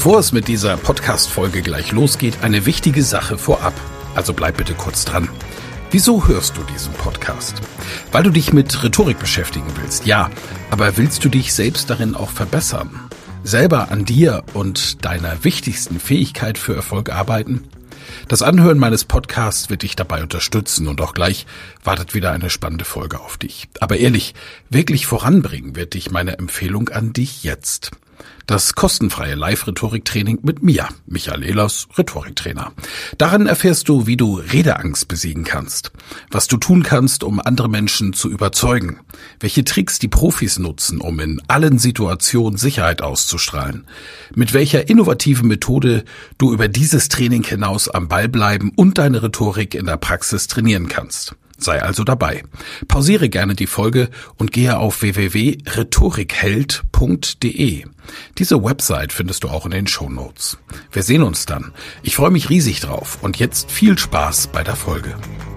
Bevor es mit dieser Podcast-Folge gleich losgeht, eine wichtige Sache vorab. Also bleib bitte kurz dran. Wieso hörst du diesen Podcast? Weil du dich mit Rhetorik beschäftigen willst, ja. Aber willst du dich selbst darin auch verbessern? Selber an dir und deiner wichtigsten Fähigkeit für Erfolg arbeiten? Das Anhören meines Podcasts wird dich dabei unterstützen und auch gleich wartet wieder eine spannende Folge auf dich. Aber ehrlich, wirklich voranbringen wird dich meine Empfehlung an dich jetzt. Das kostenfreie Live-Rhetorik-Training mit mir, Michael Ehlers, Rhetoriktrainer. Darin erfährst du, wie du Redeangst besiegen kannst, was du tun kannst, um andere Menschen zu überzeugen, welche Tricks die Profis nutzen, um in allen Situationen Sicherheit auszustrahlen, mit welcher innovativen Methode du über dieses Training hinaus am Ball bleiben und deine Rhetorik in der Praxis trainieren kannst. Sei also dabei. Pausiere gerne die Folge und gehe auf www.rhetorikheld.de. Diese Website findest du auch in den Shownotes. Wir sehen uns dann. Ich freue mich riesig drauf und jetzt viel Spaß bei der Folge.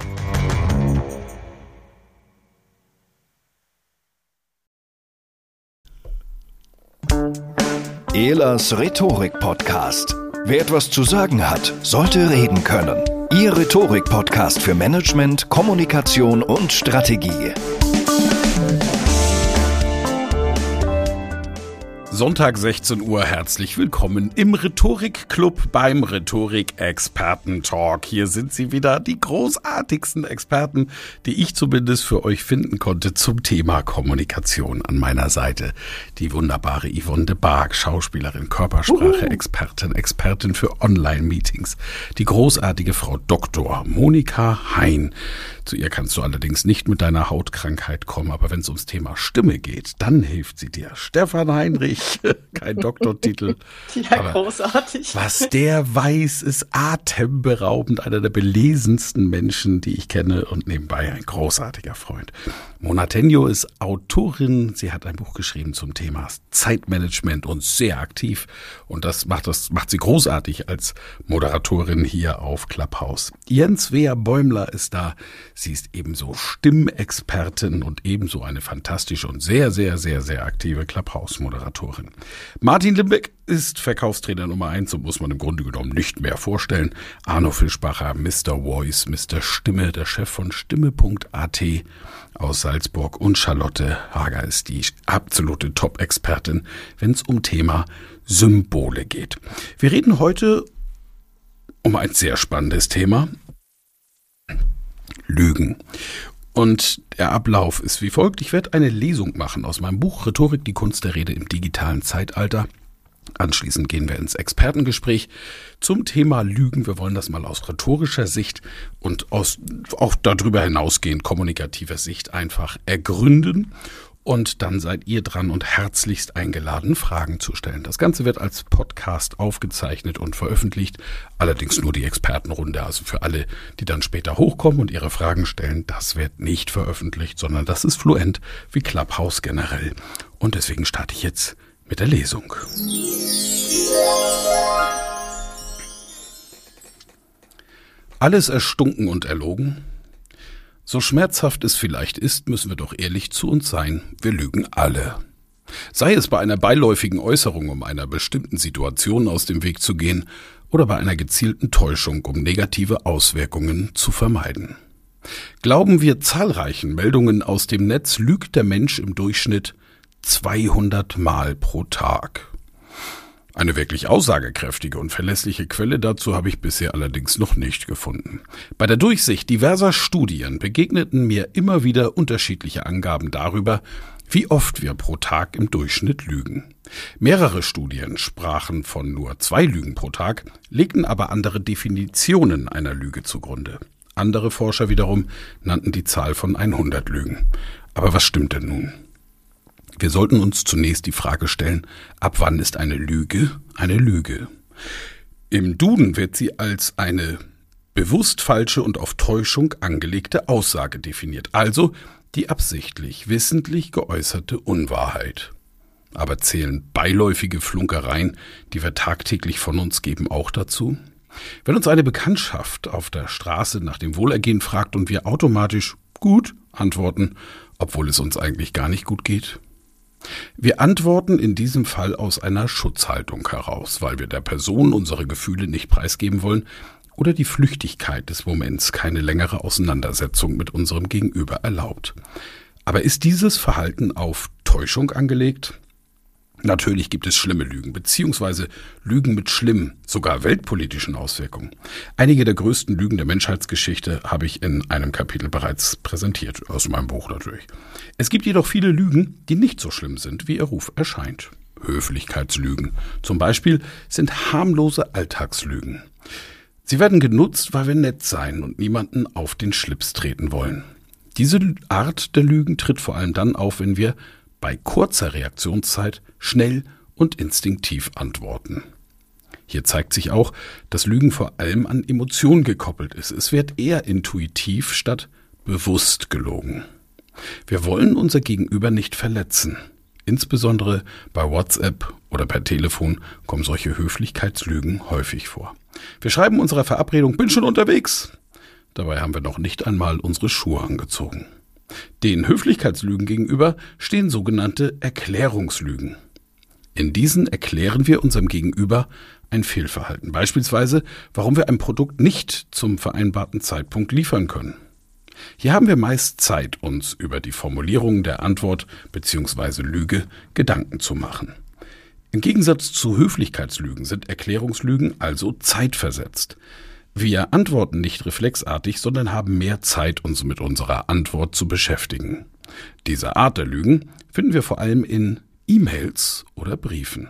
Ehlers Rhetorik-Podcast. Wer etwas zu sagen hat, sollte reden können. Ihr Rhetorik-Podcast für Management, Kommunikation und Strategie. Sonntag 16 Uhr, herzlich willkommen im Rhetorik-Club beim Rhetorik-Experten-Talk. Hier sind sie wieder, die großartigsten Experten, die ich zumindest für euch finden konnte zum Thema Kommunikation. An meiner Seite die wunderbare Yvonne de Barg, Schauspielerin, Körpersprache-Expertin, Expertin für Online-Meetings. Die großartige Frau Dr. Monika Hein. Zu ihr kannst du allerdings nicht mit deiner Hautkrankheit kommen, aber wenn es ums Thema Stimme geht, dann hilft sie dir. Stefan Heinrich, kein Doktortitel. Ja, aber großartig. Was der weiß, ist atemberaubend. Einer der belesensten Menschen, die ich kenne und nebenbei ein großartiger Freund. Mona Tenjo ist Autorin. Sie hat ein Buch geschrieben zum Thema Zeitmanagement und sehr aktiv. Und das macht sie großartig als Moderatorin hier auf Clubhouse. Jens Wehr Bäumler ist da. Sie ist ebenso Stimmexpertin und ebenso eine fantastische und sehr, sehr, sehr, sehr aktive Clubhouse-Moderatorin. Martin Limbeck ist Verkaufstrainer Nummer 1 und muss man im Grunde genommen nicht mehr vorstellen. Arno Fischbacher, Mr. Voice, Mr. Stimme, der Chef von Stimme.at aus Salzburg, und Charlotte Hager ist die absolute Top-Expertin, wenn es um Thema Symbole geht. Wir reden heute um ein sehr spannendes Thema: Lügen. Und der Ablauf ist wie folgt. Ich werde eine Lesung machen aus meinem Buch Rhetorik, die Kunst der Rede im digitalen Zeitalter. Anschließend gehen wir ins Expertengespräch zum Thema Lügen. Wir wollen das mal aus rhetorischer Sicht und auch darüber hinausgehend kommunikativer Sicht einfach ergründen. Und dann seid ihr dran und herzlichst eingeladen, Fragen zu stellen. Das Ganze wird als Podcast aufgezeichnet und veröffentlicht. Allerdings nur die Expertenrunde, also für alle, die dann später hochkommen und ihre Fragen stellen. Das wird nicht veröffentlicht, sondern das ist fluent wie Clubhouse generell. Und deswegen starte ich jetzt mit der Lesung. Alles erstunken und erlogen. So schmerzhaft es vielleicht ist, müssen wir doch ehrlich zu uns sein. Wir lügen alle. Sei es bei einer beiläufigen Äußerung, um einer bestimmten Situation aus dem Weg zu gehen, oder bei einer gezielten Täuschung, um negative Auswirkungen zu vermeiden. Glauben wir zahlreichen Meldungen aus dem Netz, lügt der Mensch im Durchschnitt 200 Mal pro Tag. Eine wirklich aussagekräftige und verlässliche Quelle dazu habe ich bisher allerdings noch nicht gefunden. Bei der Durchsicht diverser Studien begegneten mir immer wieder unterschiedliche Angaben darüber, wie oft wir pro Tag im Durchschnitt lügen. Mehrere Studien sprachen von nur 2 Lügen pro Tag, legten aber andere Definitionen einer Lüge zugrunde. Andere Forscher wiederum nannten die Zahl von 100 Lügen. Aber was stimmt denn nun? Wir sollten uns zunächst die Frage stellen, ab wann ist eine Lüge eine Lüge? Im Duden wird sie als eine bewusst falsche und auf Täuschung angelegte Aussage definiert, also die absichtlich, wissentlich geäußerte Unwahrheit. Aber zählen beiläufige Flunkereien, die wir tagtäglich von uns geben, auch dazu? Wenn uns eine Bekanntschaft auf der Straße nach dem Wohlergehen fragt und wir automatisch gut antworten, obwohl es uns eigentlich gar nicht gut geht? Wir antworten in diesem Fall aus einer Schutzhaltung heraus, weil wir der Person unsere Gefühle nicht preisgeben wollen oder die Flüchtigkeit des Moments keine längere Auseinandersetzung mit unserem Gegenüber erlaubt. Aber ist dieses Verhalten auf Täuschung angelegt? Natürlich gibt es schlimme Lügen, beziehungsweise Lügen mit schlimmen, sogar weltpolitischen Auswirkungen. Einige der größten Lügen der Menschheitsgeschichte habe ich in einem Kapitel bereits präsentiert, aus meinem Buch natürlich. Es gibt jedoch viele Lügen, die nicht so schlimm sind, wie ihr Ruf erscheint. Höflichkeitslügen zum Beispiel sind harmlose Alltagslügen. Sie werden genutzt, weil wir nett sein und niemanden auf den Schlips treten wollen. Diese Art der Lügen tritt vor allem dann auf, wenn wir bei kurzer Reaktionszeit schnell und instinktiv antworten. Hier zeigt sich auch, dass Lügen vor allem an Emotionen gekoppelt ist. Es wird eher intuitiv statt bewusst gelogen. Wir wollen unser Gegenüber nicht verletzen. Insbesondere bei WhatsApp oder per Telefon kommen solche Höflichkeitslügen häufig vor. Wir schreiben unserer Verabredung, bin schon unterwegs. Dabei haben wir noch nicht einmal unsere Schuhe angezogen. Den Höflichkeitslügen gegenüber stehen sogenannte Erklärungslügen. In diesen erklären wir unserem Gegenüber ein Fehlverhalten, beispielsweise, warum wir ein Produkt nicht zum vereinbarten Zeitpunkt liefern können. Hier haben wir meist Zeit, uns über die Formulierung der Antwort bzw. Lüge Gedanken zu machen. Im Gegensatz zu Höflichkeitslügen sind Erklärungslügen also zeitversetzt. Wir antworten nicht reflexartig, sondern haben mehr Zeit, uns mit unserer Antwort zu beschäftigen. Diese Art der Lügen finden wir vor allem in E-Mails oder Briefen.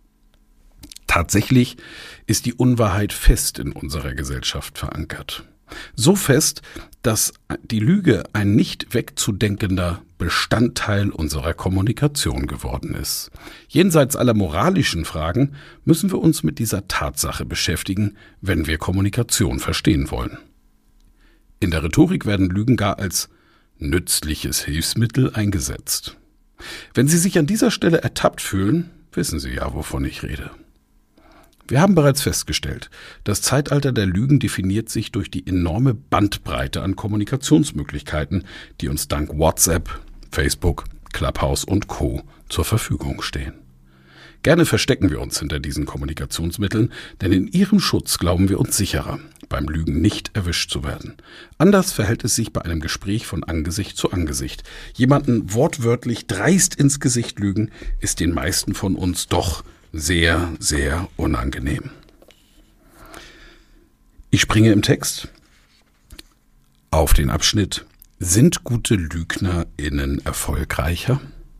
Tatsächlich ist die Unwahrheit fest in unserer Gesellschaft verankert. So fest, dass die Lüge ein nicht wegzudenkender Bestandteil unserer Kommunikation geworden ist. Jenseits aller moralischen Fragen müssen wir uns mit dieser Tatsache beschäftigen, wenn wir Kommunikation verstehen wollen. In der Rhetorik werden Lügen gar als nützliches Hilfsmittel eingesetzt. Wenn Sie sich an dieser Stelle ertappt fühlen, wissen Sie ja, wovon ich rede. Wir haben bereits festgestellt, das Zeitalter der Lügen definiert sich durch die enorme Bandbreite an Kommunikationsmöglichkeiten, die uns dank WhatsApp, Facebook, Clubhouse und Co. zur Verfügung stehen. Gerne verstecken wir uns hinter diesen Kommunikationsmitteln, denn in ihrem Schutz glauben wir uns sicherer, beim Lügen nicht erwischt zu werden. Anders verhält es sich bei einem Gespräch von Angesicht zu Angesicht. Jemanden wortwörtlich dreist ins Gesicht lügen, ist den meisten von uns doch sehr, sehr unangenehm. Ich springe im Text auf den Abschnitt: Sind gute LügnerInnen erfolgreicher?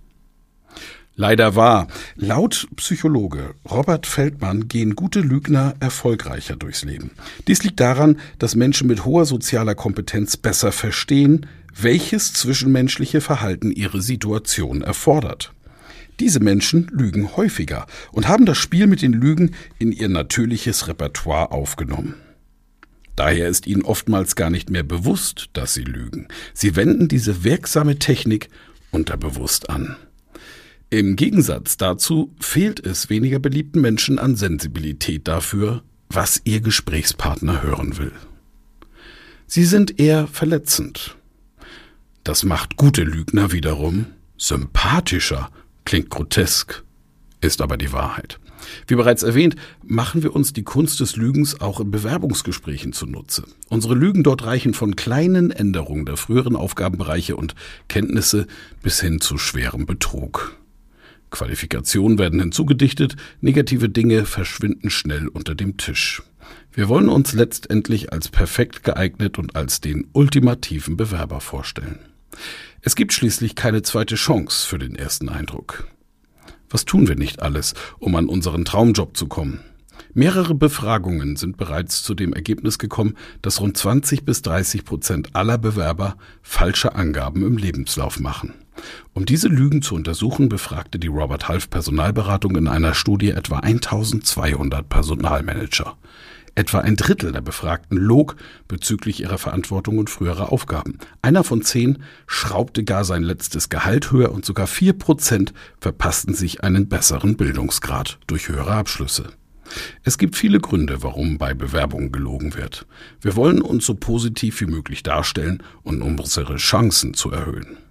Leider wahr. Laut Psychologe Robert Feldman gehen gute Lügner erfolgreicher durchs Leben. Dies liegt daran, dass Menschen mit hoher sozialer Kompetenz besser verstehen, welches zwischenmenschliche Verhalten ihre Situation erfordert. Diese Menschen lügen häufiger und haben das Spiel mit den Lügen in ihr natürliches Repertoire aufgenommen. Daher ist ihnen oftmals gar nicht mehr bewusst, dass sie lügen. Sie wenden diese wirksame Technik unterbewusst an. Im Gegensatz dazu fehlt es weniger beliebten Menschen an Sensibilität dafür, was ihr Gesprächspartner hören will. Sie sind eher verletzend. Das macht gute Lügner wiederum sympathischer. Klingt grotesk, ist aber die Wahrheit. Wie bereits erwähnt, machen wir uns die Kunst des Lügens auch in Bewerbungsgesprächen zunutze. Unsere Lügen dort reichen von kleinen Änderungen der früheren Aufgabenbereiche und Kenntnisse bis hin zu schwerem Betrug. Qualifikationen werden hinzugedichtet, negative Dinge verschwinden schnell unter dem Tisch. Wir wollen uns letztendlich als perfekt geeignet und als den ultimativen Bewerber vorstellen. Es gibt schließlich keine zweite Chance für den ersten Eindruck. Was tun wir nicht alles, um an unseren Traumjob zu kommen? Mehrere Befragungen sind bereits zu dem Ergebnis gekommen, dass rund 20-30% aller Bewerber falsche Angaben im Lebenslauf machen. Um diese Lügen zu untersuchen, befragte die Robert Half Personalberatung in einer Studie etwa 1200 Personalmanager. Etwa ein Drittel der Befragten log bezüglich ihrer Verantwortung und früherer Aufgaben. Einer von 10 schraubte gar sein letztes Gehalt höher und sogar 4% verpassten sich einen besseren Bildungsgrad durch höhere Abschlüsse. Es gibt viele Gründe, warum bei Bewerbungen gelogen wird. Wir wollen uns so positiv wie möglich darstellen und unsere Chancen zu erhöhen.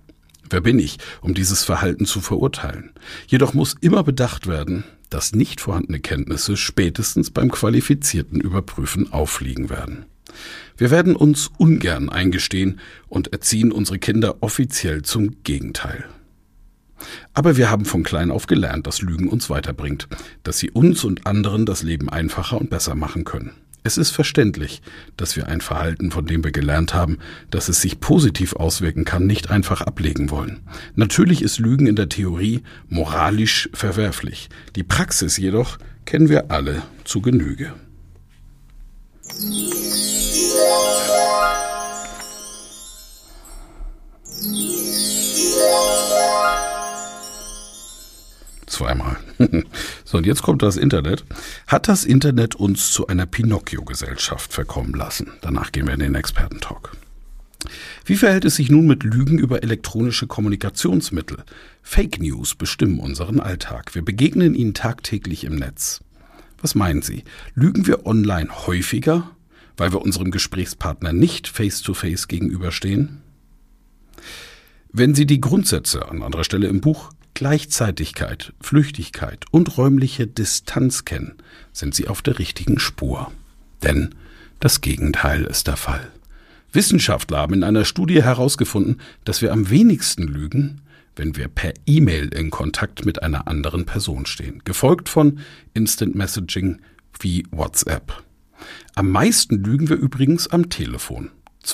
Wer bin ich, um dieses Verhalten zu verurteilen? Jedoch muss immer bedacht werden, dass nicht vorhandene Kenntnisse spätestens beim qualifizierten Überprüfen auffliegen werden. Wir werden uns ungern eingestehen und erziehen unsere Kinder offiziell zum Gegenteil. Aber wir haben von klein auf gelernt, dass Lügen uns weiterbringt, dass sie uns und anderen das Leben einfacher und besser machen können. Es ist verständlich, dass wir ein Verhalten, von dem wir gelernt haben, dass es sich positiv auswirken kann, nicht einfach ablegen wollen. Natürlich ist Lügen in der Theorie moralisch verwerflich. Die Praxis jedoch kennen wir alle zu Genüge. Zweimal. So, und jetzt kommt das Internet. Hat das Internet uns zu einer Pinocchio-Gesellschaft verkommen lassen? Danach gehen wir in den Expertentalk. Wie verhält es sich nun mit Lügen über elektronische Kommunikationsmittel? Fake News bestimmen unseren Alltag. Wir begegnen ihnen tagtäglich im Netz. Was meinen Sie? Lügen wir online häufiger, weil wir unserem Gesprächspartner nicht face-to-face gegenüberstehen? Wenn Sie die Grundsätze an anderer Stelle im Buch Gleichzeitigkeit, Flüchtigkeit und räumliche Distanz kennen, sind Sie auf der richtigen Spur. Denn das Gegenteil ist der Fall. Wissenschaftler haben in einer Studie herausgefunden, dass wir am wenigsten lügen, wenn wir per E-Mail in Kontakt mit einer anderen Person stehen, gefolgt von Instant Messaging wie WhatsApp. Am meisten lügen wir übrigens am Telefon,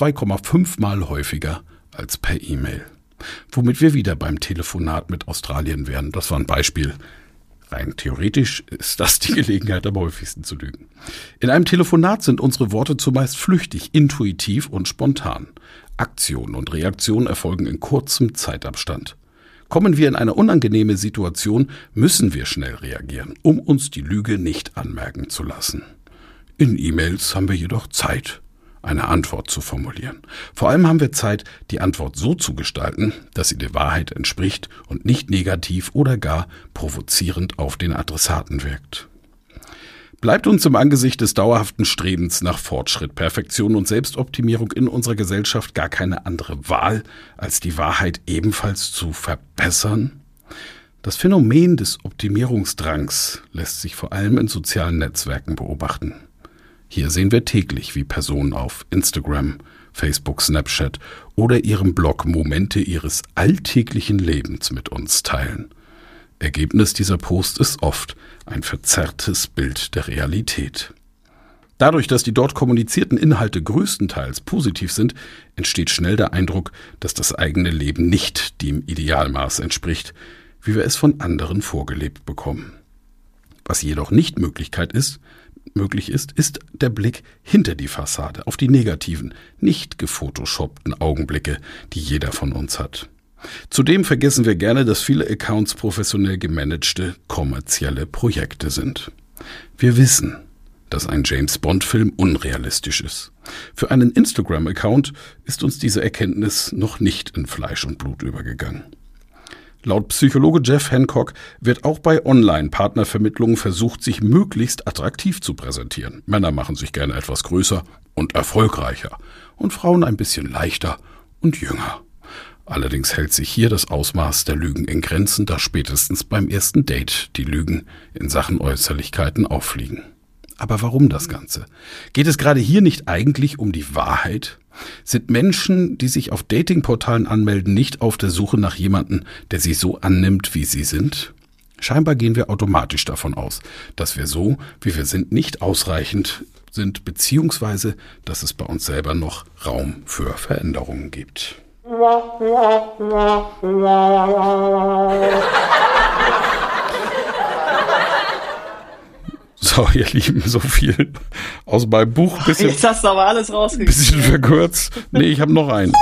2,5 Mal häufiger als per E-Mail. Womit wir wieder beim Telefonat mit Australien wären. Das war ein Beispiel. Rein theoretisch ist das die Gelegenheit, am häufigsten zu lügen. In einem Telefonat sind unsere Worte zumeist flüchtig, intuitiv und spontan. Aktion und Reaktion erfolgen in kurzem Zeitabstand. Kommen wir in eine unangenehme Situation, müssen wir schnell reagieren, um uns die Lüge nicht anmerken zu lassen. In E-Mails haben wir jedoch Zeit, eine Antwort zu formulieren. Vor allem haben wir Zeit, die Antwort so zu gestalten, dass sie der Wahrheit entspricht und nicht negativ oder gar provozierend auf den Adressaten wirkt. Bleibt uns im Angesicht des dauerhaften Strebens nach Fortschritt, Perfektion und Selbstoptimierung in unserer Gesellschaft gar keine andere Wahl, als die Wahrheit ebenfalls zu verbessern? Das Phänomen des Optimierungsdrangs lässt sich vor allem in sozialen Netzwerken beobachten. Hier sehen wir täglich, wie Personen auf Instagram, Facebook, Snapchat oder ihrem Blog Momente ihres alltäglichen Lebens mit uns teilen. Ergebnis dieser Post ist oft ein verzerrtes Bild der Realität. Dadurch, dass die dort kommunizierten Inhalte größtenteils positiv sind, entsteht schnell der Eindruck, dass das eigene Leben nicht dem Idealmaß entspricht, wie wir es von anderen vorgelebt bekommen. Was jedoch nicht möglich ist, ist der Blick hinter die Fassade, auf die negativen, nicht gefotoshoppten Augenblicke, die jeder von uns hat. Zudem vergessen wir gerne, dass viele Accounts professionell gemanagte, kommerzielle Projekte sind. Wir wissen, dass ein James-Bond-Film unrealistisch ist. Für einen Instagram-Account ist uns diese Erkenntnis noch nicht in Fleisch und Blut übergegangen. Laut Psychologe Jeff Hancock wird auch bei Online-Partnervermittlungen versucht, sich möglichst attraktiv zu präsentieren. Männer machen sich gerne etwas größer und erfolgreicher und Frauen ein bisschen leichter und jünger. Allerdings hält sich hier das Ausmaß der Lügen in Grenzen, da spätestens beim ersten Date die Lügen in Sachen Äußerlichkeiten auffliegen. Aber warum das Ganze? Geht es gerade hier nicht eigentlich um die Wahrheit? Sind Menschen, die sich auf Datingportalen anmelden, nicht auf der Suche nach jemandem, der sie so annimmt, wie sie sind? Scheinbar gehen wir automatisch davon aus, dass wir so, wie wir sind, nicht ausreichend sind, beziehungsweise, dass es bei uns selber noch Raum für Veränderungen gibt. So, ihr Lieben, so viel aus meinem Buch. Jetzt hast du aber alles rausgekriegt. Bisschen verkürzt. Nee, ich habe noch einen.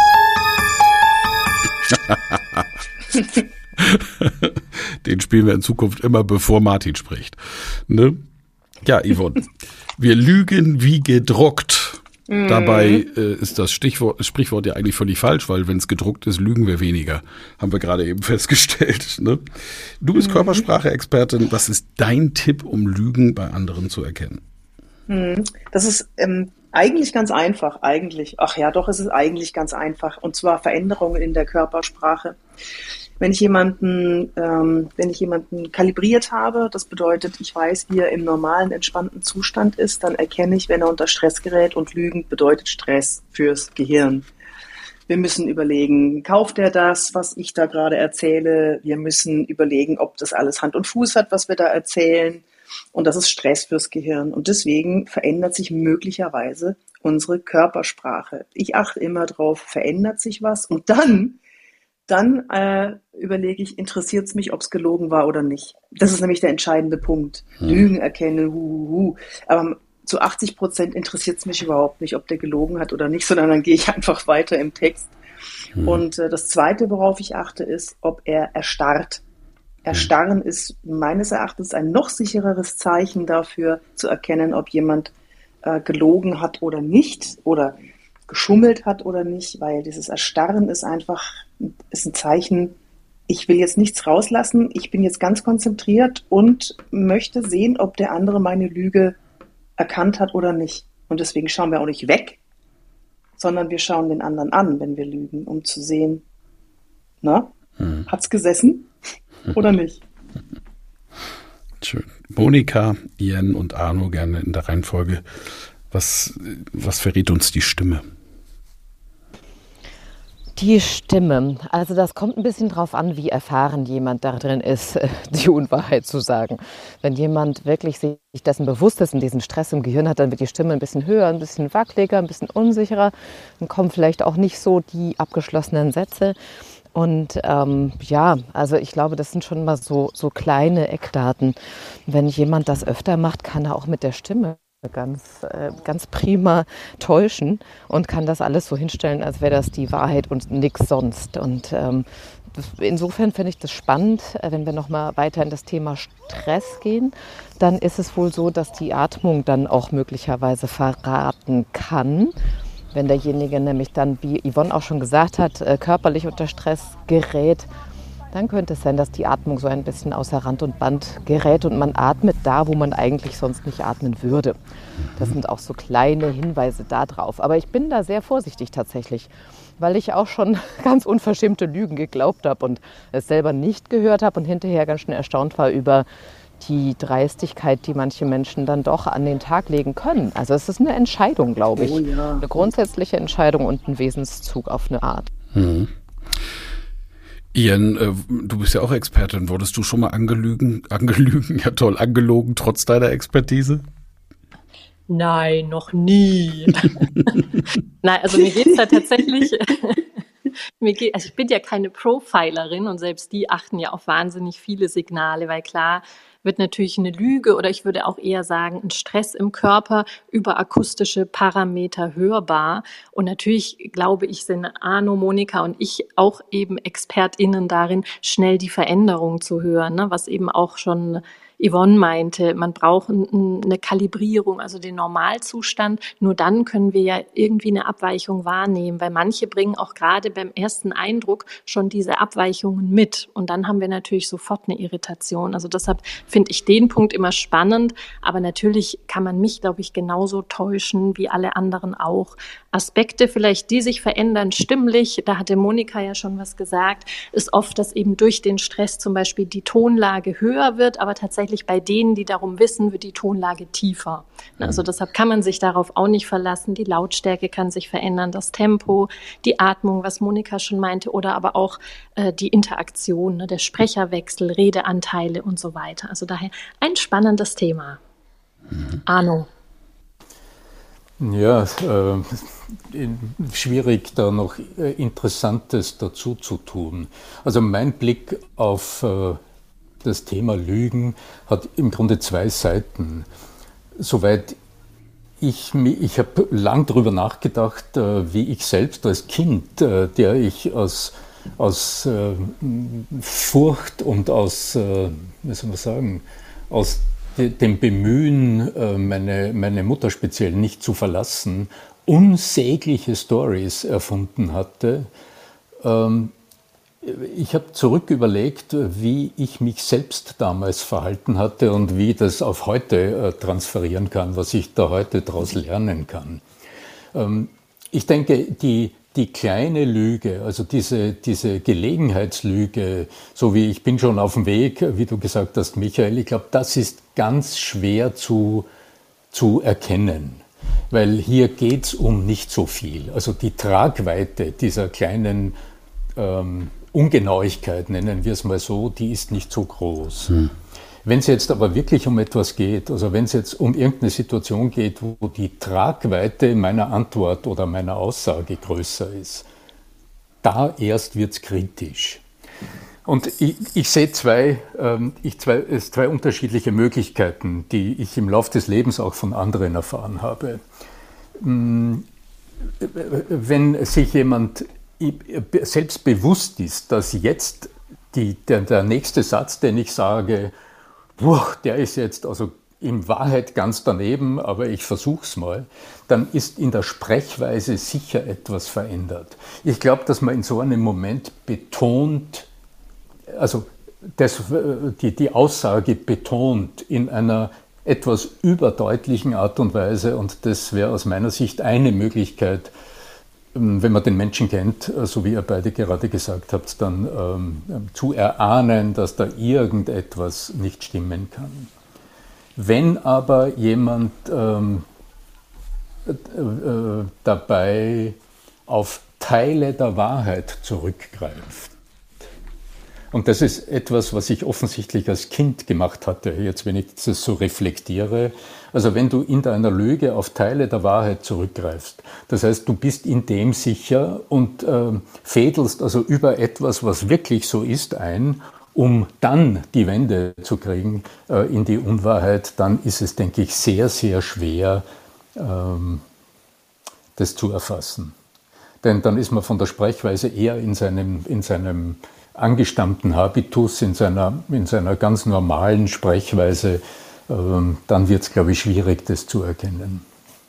Den spielen wir in Zukunft immer, bevor Martin spricht. Ne? Ja, Yvonne, wir lügen wie gedruckt. Dabei ist das Sprichwort ja eigentlich völlig falsch, weil wenn es gedruckt ist, lügen wir weniger. Haben wir gerade eben festgestellt. Ne? Du bist Körpersprache-Expertin. Was ist dein Tipp, um Lügen bei anderen zu erkennen? Das ist eigentlich ganz einfach. Es ist eigentlich ganz einfach. Und zwar Veränderungen in der Körpersprache. Wenn ich jemanden kalibriert habe, das bedeutet, ich weiß, wie er im normalen, entspannten Zustand ist, dann erkenne ich, wenn er unter Stress gerät, und Lügen bedeutet Stress fürs Gehirn. Wir müssen überlegen, kauft er das, was ich da gerade erzähle? Wir müssen überlegen, ob das alles Hand und Fuß hat, was wir da erzählen. Und das ist Stress fürs Gehirn. Und deswegen verändert sich möglicherweise unsere Körpersprache. Ich achte immer drauf, verändert sich was? Und dann überlege ich, interessiert es mich, ob es gelogen war oder nicht. Das ist nämlich der entscheidende Punkt. Lügen erkennen, aber zu 80% interessiert es mich überhaupt nicht, ob der gelogen hat oder nicht, sondern dann gehe ich einfach weiter im Text. Und das Zweite, worauf ich achte, ist, ob er erstarrt. Erstarren ist meines Erachtens ein noch sichereres Zeichen dafür, zu erkennen, ob jemand gelogen hat oder nicht oder geschummelt hat oder nicht, weil dieses Erstarren ist ein Zeichen, ich will jetzt nichts rauslassen, ich bin jetzt ganz konzentriert und möchte sehen, ob der andere meine Lüge erkannt hat oder nicht. Und deswegen schauen wir auch nicht weg, sondern wir schauen den anderen an, wenn wir lügen, um zu sehen, hat's gesessen oder nicht. Schön. Monika, Ian und Arno, gerne in der Reihenfolge. Was verrät uns die Stimme? Die Stimme, also das kommt ein bisschen drauf an, wie erfahren jemand darin ist, die Unwahrheit zu sagen. Wenn jemand wirklich sich dessen bewusst ist und diesen Stress im Gehirn hat, dann wird die Stimme ein bisschen höher, ein bisschen wackeliger, ein bisschen unsicherer. Dann kommen vielleicht auch nicht so die abgeschlossenen Sätze. Und also ich glaube, das sind schon mal so kleine Eckdaten. Wenn jemand das öfter macht, kann er auch mit der Stimme ganz prima täuschen und kann das alles so hinstellen, als wäre das die Wahrheit und nichts sonst. Und insofern finde ich das spannend, wenn wir nochmal weiter in das Thema Stress gehen, dann ist es wohl so, dass die Atmung dann auch möglicherweise verraten kann. Wenn derjenige nämlich dann, wie Yvonne auch schon gesagt hat, körperlich unter Stress gerät, dann könnte es sein, dass die Atmung so ein bisschen außer Rand und Band gerät und man atmet da, wo man eigentlich sonst nicht atmen würde. Das sind auch so kleine Hinweise darauf. Aber ich bin da sehr vorsichtig tatsächlich, weil ich auch schon ganz unverschämte Lügen geglaubt habe und es selber nicht gehört habe und hinterher ganz schön erstaunt war über die Dreistigkeit, die manche Menschen dann doch an den Tag legen können. Also es ist eine Entscheidung, glaube ich. Oh ja. Eine grundsätzliche Entscheidung und ein Wesenszug auf eine Art. Ian, du bist ja auch Expertin. Wurdest du schon mal angelogen, trotz deiner Expertise? Nein, noch nie. Nein, also mir geht's da tatsächlich, also ich bin ja keine Profilerin und selbst die achten ja auf wahnsinnig viele Signale, weil klar wird natürlich eine Lüge oder ich würde auch eher sagen, ein Stress im Körper über akustische Parameter hörbar. Und natürlich, glaube ich, sind Arno, Monika und ich auch eben ExpertInnen darin, schnell die Veränderung zu hören, ne? Was eben auch schon Yvonne meinte, man braucht eine Kalibrierung, also den Normalzustand. Nur dann können wir ja irgendwie eine Abweichung wahrnehmen, weil manche bringen auch gerade beim ersten Eindruck schon diese Abweichungen mit. Und dann haben wir natürlich sofort eine Irritation. Also deshalb finde ich den Punkt immer spannend. Aber natürlich kann man mich, glaube ich, genauso täuschen wie alle anderen auch. Aspekte vielleicht, die sich verändern stimmlich, da hatte Monika ja schon was gesagt, ist oft, dass eben durch den Stress zum Beispiel die Tonlage höher wird, aber tatsächlich bei denen, die darum wissen, wird die Tonlage tiefer. Also deshalb kann man sich darauf auch nicht verlassen. Die Lautstärke kann sich verändern, das Tempo, die Atmung, was Monika schon meinte, oder aber auch die Interaktion, ne, der Sprecherwechsel, Redeanteile und so weiter. Also daher ein spannendes Thema. Arno. Ja, schwierig, da noch Interessantes dazu zu tun. Also mein Blick auf das Thema Lügen hat im Grunde zwei Seiten. Soweit ich habe lang darüber nachgedacht, wie ich selbst als Kind, der ich aus Furcht und aus dem Bemühen, meine Mutter speziell nicht zu verlassen, unsägliche Stories erfunden hatte. Ich habe zurück überlegt, wie ich mich selbst damals verhalten hatte und wie ich das auf heute transferieren kann, was ich da heute daraus lernen kann. Ich denke, die die kleine Lüge, also diese Gelegenheitslüge, so wie ich bin schon auf dem Weg, wie du gesagt hast, Michael, ich glaube, das ist ganz schwer zu erkennen, weil hier geht es um nicht so viel. Also die Tragweite dieser kleinen Ungenauigkeit, nennen wir es mal so, die ist nicht so groß. Wenn es jetzt aber wirklich um etwas geht, also wenn es jetzt um irgendeine Situation geht, wo die Tragweite meiner Antwort oder meiner Aussage größer ist, da erst wird es kritisch. Und ich sehe zwei unterschiedliche Möglichkeiten, die ich im Laufe des Lebens auch von anderen erfahren habe. Wenn sich jemand selbst bewusst ist, dass jetzt der nächste Satz, den ich sage, der ist jetzt also in Wahrheit ganz daneben, aber ich versuch's mal, dann ist in der Sprechweise sicher etwas verändert. Ich glaube, dass man in so einem Moment betont, also die Aussage betont in einer etwas überdeutlichen Art und Weise, und das wäre aus meiner Sicht eine Möglichkeit, wenn man den Menschen kennt, so wie ihr beide gerade gesagt habt, dann zu erahnen, dass da irgendetwas nicht stimmen kann. Wenn aber jemand dabei auf Teile der Wahrheit zurückgreift, und das ist etwas, was ich offensichtlich als Kind gemacht hatte, jetzt wenn ich das so reflektiere. Also wenn du in deiner Lüge auf Teile der Wahrheit zurückgreifst, das heißt, du bist in dem sicher und fädelst also über etwas, was wirklich so ist, ein, um dann die Wende zu kriegen in die Unwahrheit, dann ist es, denke ich, sehr, sehr schwer, das zu erfassen. Denn dann ist man von der Sprechweise eher in seinem angestammten Habitus, in seiner ganz normalen Sprechweise, dann wird es, glaube ich, schwierig, das zu erkennen.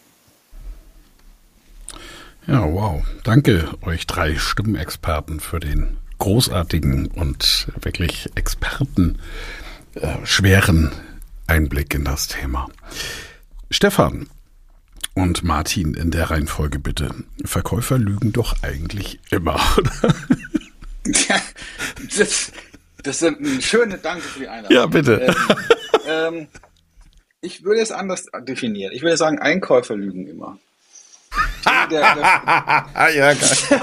Ja, wow. Danke euch 3 Stimmenexperten für den großartigen und wirklich schweren Einblick in das Thema. Stefan und Martin, in der Reihenfolge bitte. Verkäufer lügen doch eigentlich immer, oder? Ja, das sind ein schöne Danke für die Einladung. Ja, bitte. Ich würde es anders definieren. Ich würde sagen, Einkäufer lügen immer. Ja, geil.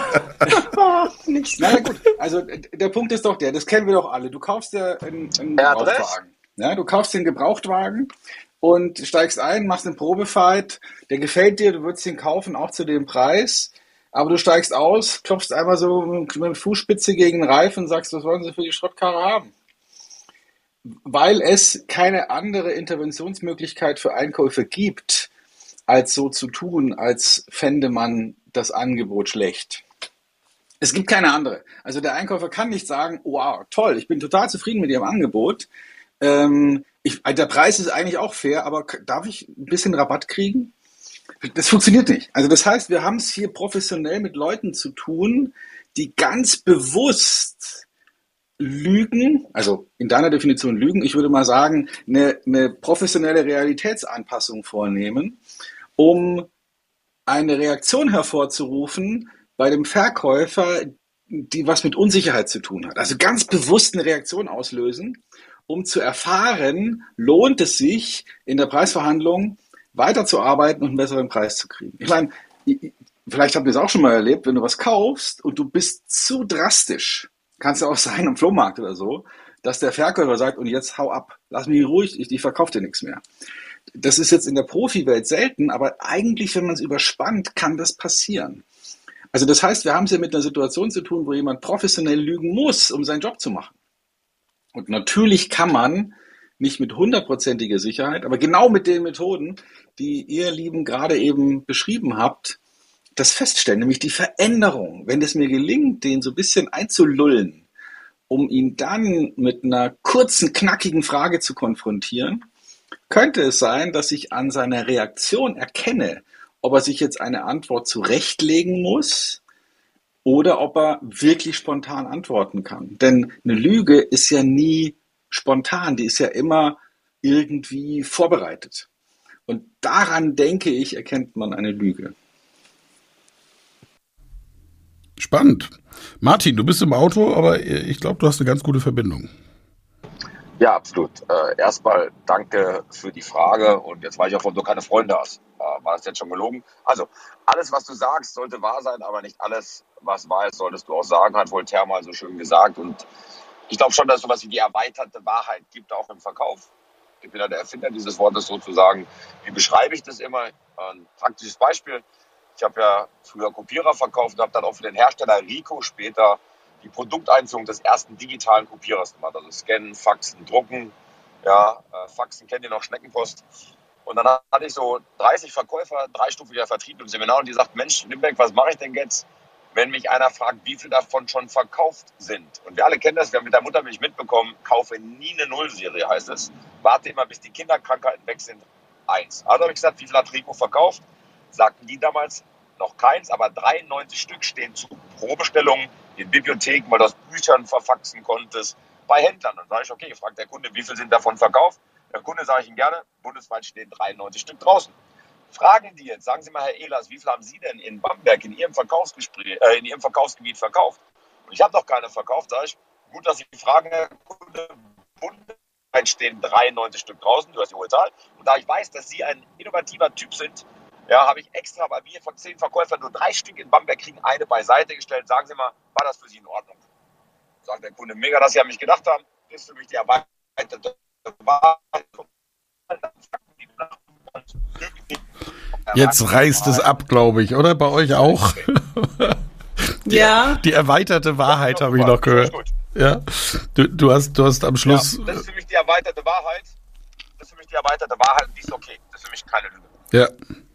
Na gut, also der Punkt ist doch das kennen wir doch alle. Du kaufst dir einen Gebrauchtwagen. Ja, du kaufst den Gebrauchtwagen und steigst ein, machst einen Probefahrt, der gefällt dir, du würdest ihn kaufen, auch zu dem Preis. Aber du steigst aus, klopfst einmal so mit der Fußspitze gegen den Reifen und sagst, was wollen Sie für die Schrottkarre haben? Weil es keine andere Interventionsmöglichkeit für Einkäufer gibt, als so zu tun, als fände man das Angebot schlecht. Es gibt keine andere. Also der Einkäufer kann nicht sagen, wow, toll, ich bin total zufrieden mit Ihrem Angebot. Der Preis ist eigentlich auch fair, aber darf ich ein bisschen Rabatt kriegen? Das funktioniert nicht. Also das heißt, wir haben es hier professionell mit Leuten zu tun, die ganz bewusst lügen, also in deiner Definition lügen, ich würde mal sagen, eine professionelle Realitätsanpassung vornehmen, um eine Reaktion hervorzurufen bei dem Verkäufer, die was mit Unsicherheit zu tun hat. Also ganz bewusst eine Reaktion auslösen, um zu erfahren, lohnt es sich in der Preisverhandlung weiterzuarbeiten und einen besseren Preis zu kriegen. Ich meine, vielleicht habt ihr es auch schon mal erlebt, wenn du was kaufst und du bist zu drastisch, kann es ja auch sein am Flohmarkt oder so, dass der Verkäufer sagt, und jetzt hau ab, lass mich ruhig, ich verkaufe dir nichts mehr. Das ist jetzt in der Profiwelt selten, aber eigentlich, wenn man es überspannt, kann das passieren. Also das heißt, wir haben es ja mit einer Situation zu tun, wo jemand professionell lügen muss, um seinen Job zu machen. Und natürlich kann man nicht mit 100%iger Sicherheit, aber genau mit den Methoden, die ihr Lieben gerade eben beschrieben habt, das feststellen, nämlich die Veränderung. Wenn es mir gelingt, den so ein bisschen einzulullen, um ihn dann mit einer kurzen, knackigen Frage zu konfrontieren, könnte es sein, dass ich an seiner Reaktion erkenne, ob er sich jetzt eine Antwort zurechtlegen muss oder ob er wirklich spontan antworten kann. Denn eine Lüge ist ja nie spontan, die ist ja immer irgendwie vorbereitet. Und daran, denke ich, erkennt man eine Lüge. Spannend. Martin, du bist im Auto, aber ich glaube, du hast eine ganz gute Verbindung. Ja, absolut. Erstmal danke für die Frage und jetzt weiß ich auch, warum du keine Freunde hast. War das jetzt schon gelogen? Also, alles, was du sagst, sollte wahr sein, aber nicht alles, was wahr ist, solltest du auch sagen, hat Voltaire mal so schön gesagt. Und ich glaube schon, dass es sowas wie die erweiterte Wahrheit gibt, auch im Verkauf. Ich bin ja der Erfinder dieses Wortes sozusagen. Wie beschreibe ich das immer? Ein praktisches Beispiel. Ich habe ja früher Kopierer verkauft und habe dann auch für den Hersteller Ricoh später die Produkteinführung des ersten digitalen Kopierers gemacht. Also Scannen, Faxen, Drucken. Ja, Faxen kennt ihr noch, Schneckenpost. Und dann hatte ich so 30 Verkäufer, dreistufiger Vertrieb im Seminar und die sagten, Mensch, Limbeck, was mache ich denn jetzt, wenn mich einer fragt, wie viel davon schon verkauft sind? Und wir alle kennen das, wir haben mit der Muttermilch mitbekommen, kaufe nie eine Nullserie, heißt es. Warte immer, bis die Kinderkrankheiten weg sind. 1. Also habe ich gesagt, wie viel hat Ricoh verkauft? Sagten die damals noch keins, aber 93 Stück stehen zu Probestellungen in Bibliotheken, weil du aus Büchern verfaxen konntest, bei Händlern. Dann sage ich, okay, fragt der Kunde, wie viel sind davon verkauft? Der Kunde, sage ich ihm gerne, bundesweit stehen 93 Stück draußen. Fragen die jetzt, sagen Sie mal, Herr Ehlers, wie viel haben Sie denn in Bamberg in Ihrem Verkaufsgebiet verkauft? Und ich habe noch keine verkauft, sage ich, gut, dass Sie fragen, Herr Kunde, bundesweit stehen 93 Stück draußen, du hast die hohe Zahl. Und da ich weiß, dass Sie ein innovativer Typ sind, ja, habe ich extra bei mir von 10 Verkäufern nur 3 Stück in Bamberg kriegen, eine beiseite gestellt. Sagen Sie mal, war das für Sie in Ordnung? Sagt der Kunde, mega, dass Sie an mich gedacht haben. Das ist für mich die erweiterte Wahrheit. Jetzt reißt es ab, glaube ich, oder? Bei euch auch? Die erweiterte Wahrheit habe ich noch gehört. Ja, du hast am Schluss... Ja, das ist für mich die erweiterte Wahrheit. Und die ist okay. Das ist für mich keine Lüge. Ja.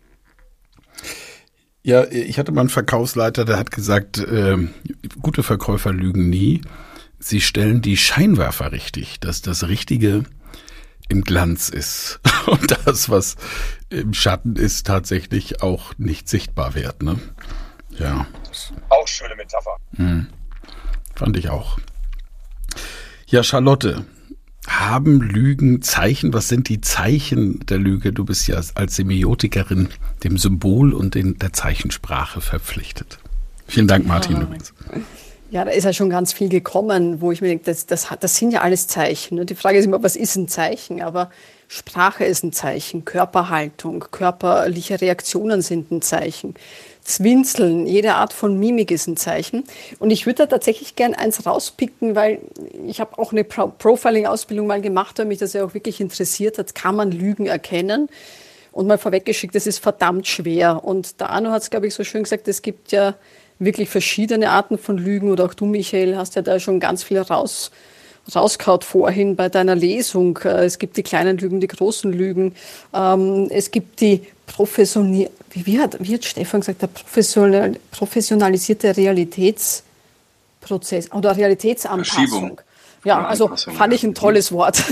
Ja, ich hatte mal einen Verkaufsleiter, der hat gesagt, gute Verkäufer lügen nie. Sie stellen die Scheinwerfer richtig, dass das Richtige im Glanz ist und das, was im Schatten ist, tatsächlich auch nicht sichtbar wird. Ne? Ja. Auch schöne Metapher. Fand ich auch. Ja, Charlotte, haben Lügen Zeichen? Was sind die Zeichen der Lüge? Du bist ja als Semiotikerin dem Symbol und der Zeichensprache verpflichtet. Vielen Dank, Martin, übrigens. Ja, da ist ja schon ganz viel gekommen, wo ich mir denke, das sind ja alles Zeichen. Und die Frage ist immer, was ist ein Zeichen? Aber Sprache ist ein Zeichen, Körperhaltung, körperliche Reaktionen sind ein Zeichen. Zwinseln, jede Art von Mimik ist ein Zeichen. Und ich würde da tatsächlich gern eins rauspicken, weil ich habe auch eine Profiling-Ausbildung mal gemacht, weil mich das ja auch wirklich interessiert hat. Kann man Lügen erkennen? Und mal vorweggeschickt, das ist verdammt schwer. Und der Arno hat es, glaube ich, so schön gesagt, es gibt ja wirklich verschiedene Arten von Lügen. Oder auch du, Michael, hast ja da schon ganz viel rauskaut vorhin bei deiner Lesung. Es gibt die kleinen Lügen, die großen Lügen. Es gibt die wie hat Stefan gesagt, der professionalisierte Realitätsprozess oder Realitätsanpassung. Ja, also fand ich ein tolles Wort.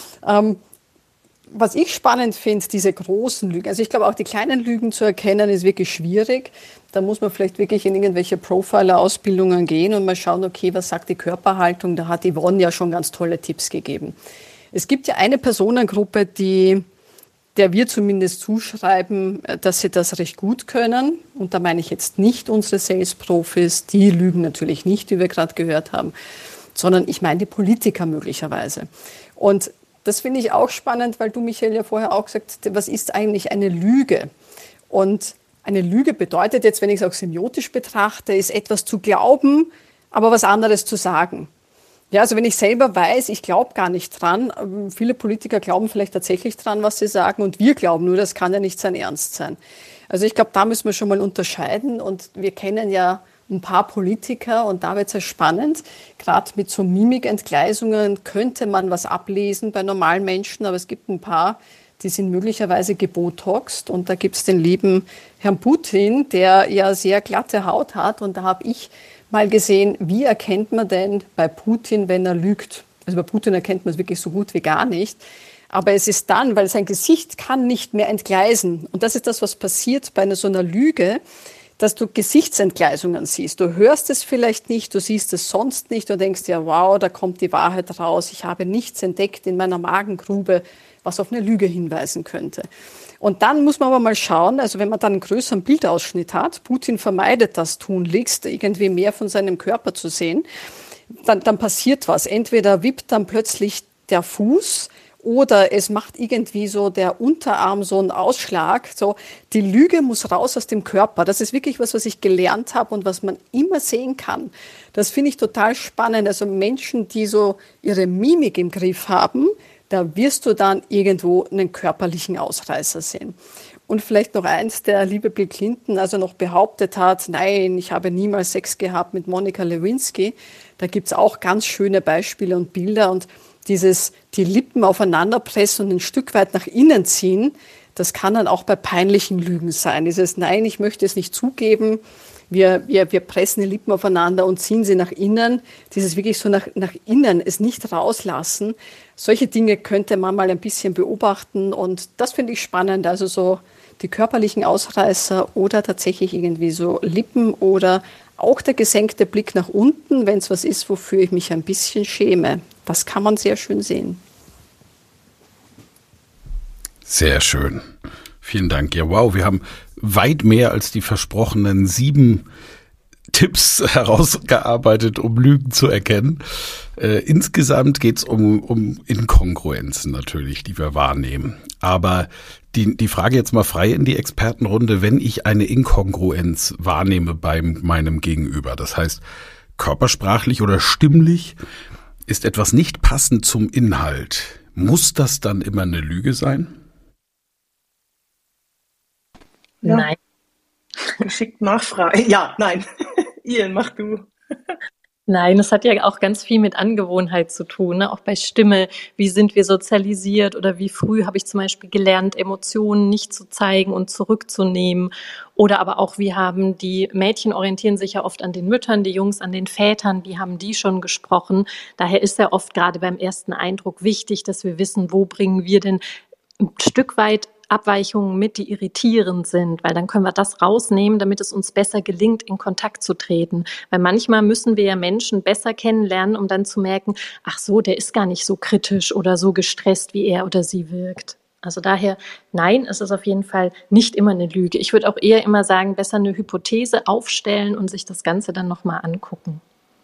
Was ich spannend finde, diese großen Lügen. Also ich glaube, auch die kleinen Lügen zu erkennen, ist wirklich schwierig. Da muss man vielleicht wirklich in irgendwelche Profiler-Ausbildungen gehen und mal schauen, okay, was sagt die Körperhaltung? Da hat Yvonne ja schon ganz tolle Tipps gegeben. Es gibt ja eine Personengruppe, der wir zumindest zuschreiben, dass sie das recht gut können. Und da meine ich jetzt nicht unsere Sales-Profis, die lügen natürlich nicht, wie wir gerade gehört haben, sondern ich meine die Politiker möglicherweise. Und das finde ich auch spannend, weil du, Michael, ja vorher auch gesagt hast, was ist eigentlich eine Lüge? Und eine Lüge bedeutet jetzt, wenn ich es auch semiotisch betrachte, ist etwas zu glauben, aber was anderes zu sagen. Ja, also wenn ich selber weiß, ich glaube gar nicht dran, viele Politiker glauben vielleicht tatsächlich dran, was sie sagen, und wir glauben nur, das kann ja nicht sein Ernst sein. Also ich glaube, da müssen wir schon mal unterscheiden, und wir kennen ja ein paar Politiker, und da wird es ja spannend. Gerade mit so Mimikentgleisungen könnte man was ablesen bei normalen Menschen, aber es gibt ein paar, die sind möglicherweise gebotoxt, und da gibt es den lieben Herrn Putin, der ja sehr glatte Haut hat, und da habe ich mal gesehen, wie erkennt man denn bei Putin, wenn er lügt? Also bei Putin erkennt man es wirklich so gut wie gar nicht. Aber es ist dann, weil sein Gesicht kann nicht mehr entgleisen. Und das ist das, was passiert bei so einer Lüge, dass du Gesichtsentgleisungen siehst. Du hörst es vielleicht nicht, du siehst es sonst nicht. Du denkst ja, wow, da kommt die Wahrheit raus. Ich habe nichts entdeckt in meiner Magengrube, was auf eine Lüge hinweisen könnte. Und dann muss man aber mal schauen, also wenn man dann einen größeren Bildausschnitt hat, Putin vermeidet das tunlichst, irgendwie mehr von seinem Körper zu sehen, dann passiert was. Entweder wippt dann plötzlich der Fuß oder es macht irgendwie so der Unterarm so einen Ausschlag. So, die Lüge muss raus aus dem Körper. Das ist wirklich was ich gelernt habe und was man immer sehen kann. Das finde ich total spannend. Also Menschen, die so ihre Mimik im Griff haben, da wirst du dann irgendwo einen körperlichen Ausreißer sehen. Und vielleicht noch eins, der liebe Bill Clinton also noch behauptet hat, nein, ich habe niemals Sex gehabt mit Monica Lewinsky. Da gibt's auch ganz schöne Beispiele und Bilder und die Lippen aufeinander pressen und ein Stück weit nach innen ziehen, das kann dann auch bei peinlichen Lügen sein. Dieses Nein, ich möchte es nicht zugeben, wir pressen die Lippen aufeinander und ziehen sie nach innen. Dieses wirklich so nach innen, es nicht rauslassen. Solche Dinge könnte man mal ein bisschen beobachten und das finde ich spannend. Also so die körperlichen Ausreißer oder tatsächlich irgendwie so Lippen oder auch der gesenkte Blick nach unten, wenn es was ist, wofür ich mich ein bisschen schäme. Das kann man sehr schön sehen. Sehr schön. Vielen Dank. Ja, wow, wir haben weit mehr als die versprochenen 7 Tipps herausgearbeitet, um Lügen zu erkennen. Insgesamt geht es um Inkongruenzen natürlich, die wir wahrnehmen. Aber die Frage jetzt mal frei in die Expertenrunde, wenn ich eine Inkongruenz wahrnehme bei meinem Gegenüber, das heißt körpersprachlich oder stimmlich, ist etwas nicht passend zum Inhalt. Muss das dann immer eine Lüge sein? Ja. Nein. Geschickt nachfragen. Ja, nein. Ian, mach du. Nein, es hat ja auch ganz viel mit Angewohnheit zu tun, ne? Auch bei Stimme. Wie sind wir sozialisiert oder wie früh habe ich zum Beispiel gelernt, Emotionen nicht zu zeigen und zurückzunehmen? Oder aber auch, die Mädchen orientieren sich ja oft an den Müttern, die Jungs an den Vätern, wie haben die schon gesprochen? Daher ist ja oft gerade beim ersten Eindruck wichtig, dass wir wissen, wo bringen wir denn ein Stück weit Abweichungen mit, die irritierend sind, weil dann können wir das rausnehmen, damit es uns besser gelingt, in Kontakt zu treten. Weil manchmal müssen wir ja Menschen besser kennenlernen, um dann zu merken, ach so, der ist gar nicht so kritisch oder so gestresst, wie er oder sie wirkt. Also daher, nein, es ist auf jeden Fall nicht immer eine Lüge. Ich würde auch eher immer sagen, besser eine Hypothese aufstellen und sich das Ganze dann nochmal angucken.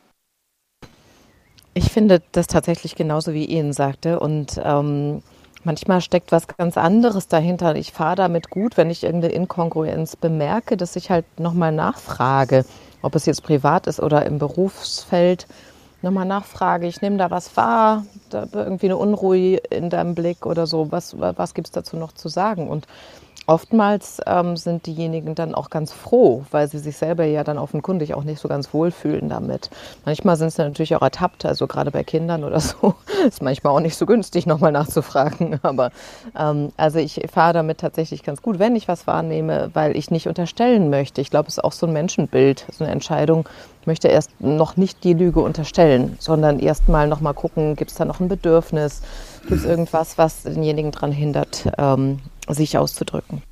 Ich finde das tatsächlich genauso, wie Ian sagte und manchmal steckt was ganz anderes dahinter. Ich fahre damit gut, wenn ich irgendeine Inkongruenz bemerke, dass ich halt nochmal nachfrage, ob es jetzt privat ist oder im Berufsfeld. Nochmal nachfrage, ich nehme da was wahr, da irgendwie eine Unruhe in deinem Blick oder so. Was gibt es dazu noch zu sagen? Und oftmals sind diejenigen dann auch ganz froh, weil sie sich selber ja dann offenkundig auch nicht so ganz wohlfühlen damit. Manchmal sind sie natürlich auch ertappt, also gerade bei Kindern oder so, ist manchmal auch nicht so günstig, nochmal nachzufragen. Aber also ich fahre damit tatsächlich ganz gut, wenn ich was wahrnehme, weil ich nicht unterstellen möchte. Ich glaube, es ist auch so ein Menschenbild, so eine Entscheidung. Ich möchte erst noch nicht die Lüge unterstellen, sondern erst mal noch mal gucken, gibt es da noch ein Bedürfnis, gibt es irgendwas, was denjenigen daran hindert, sich auszudrücken.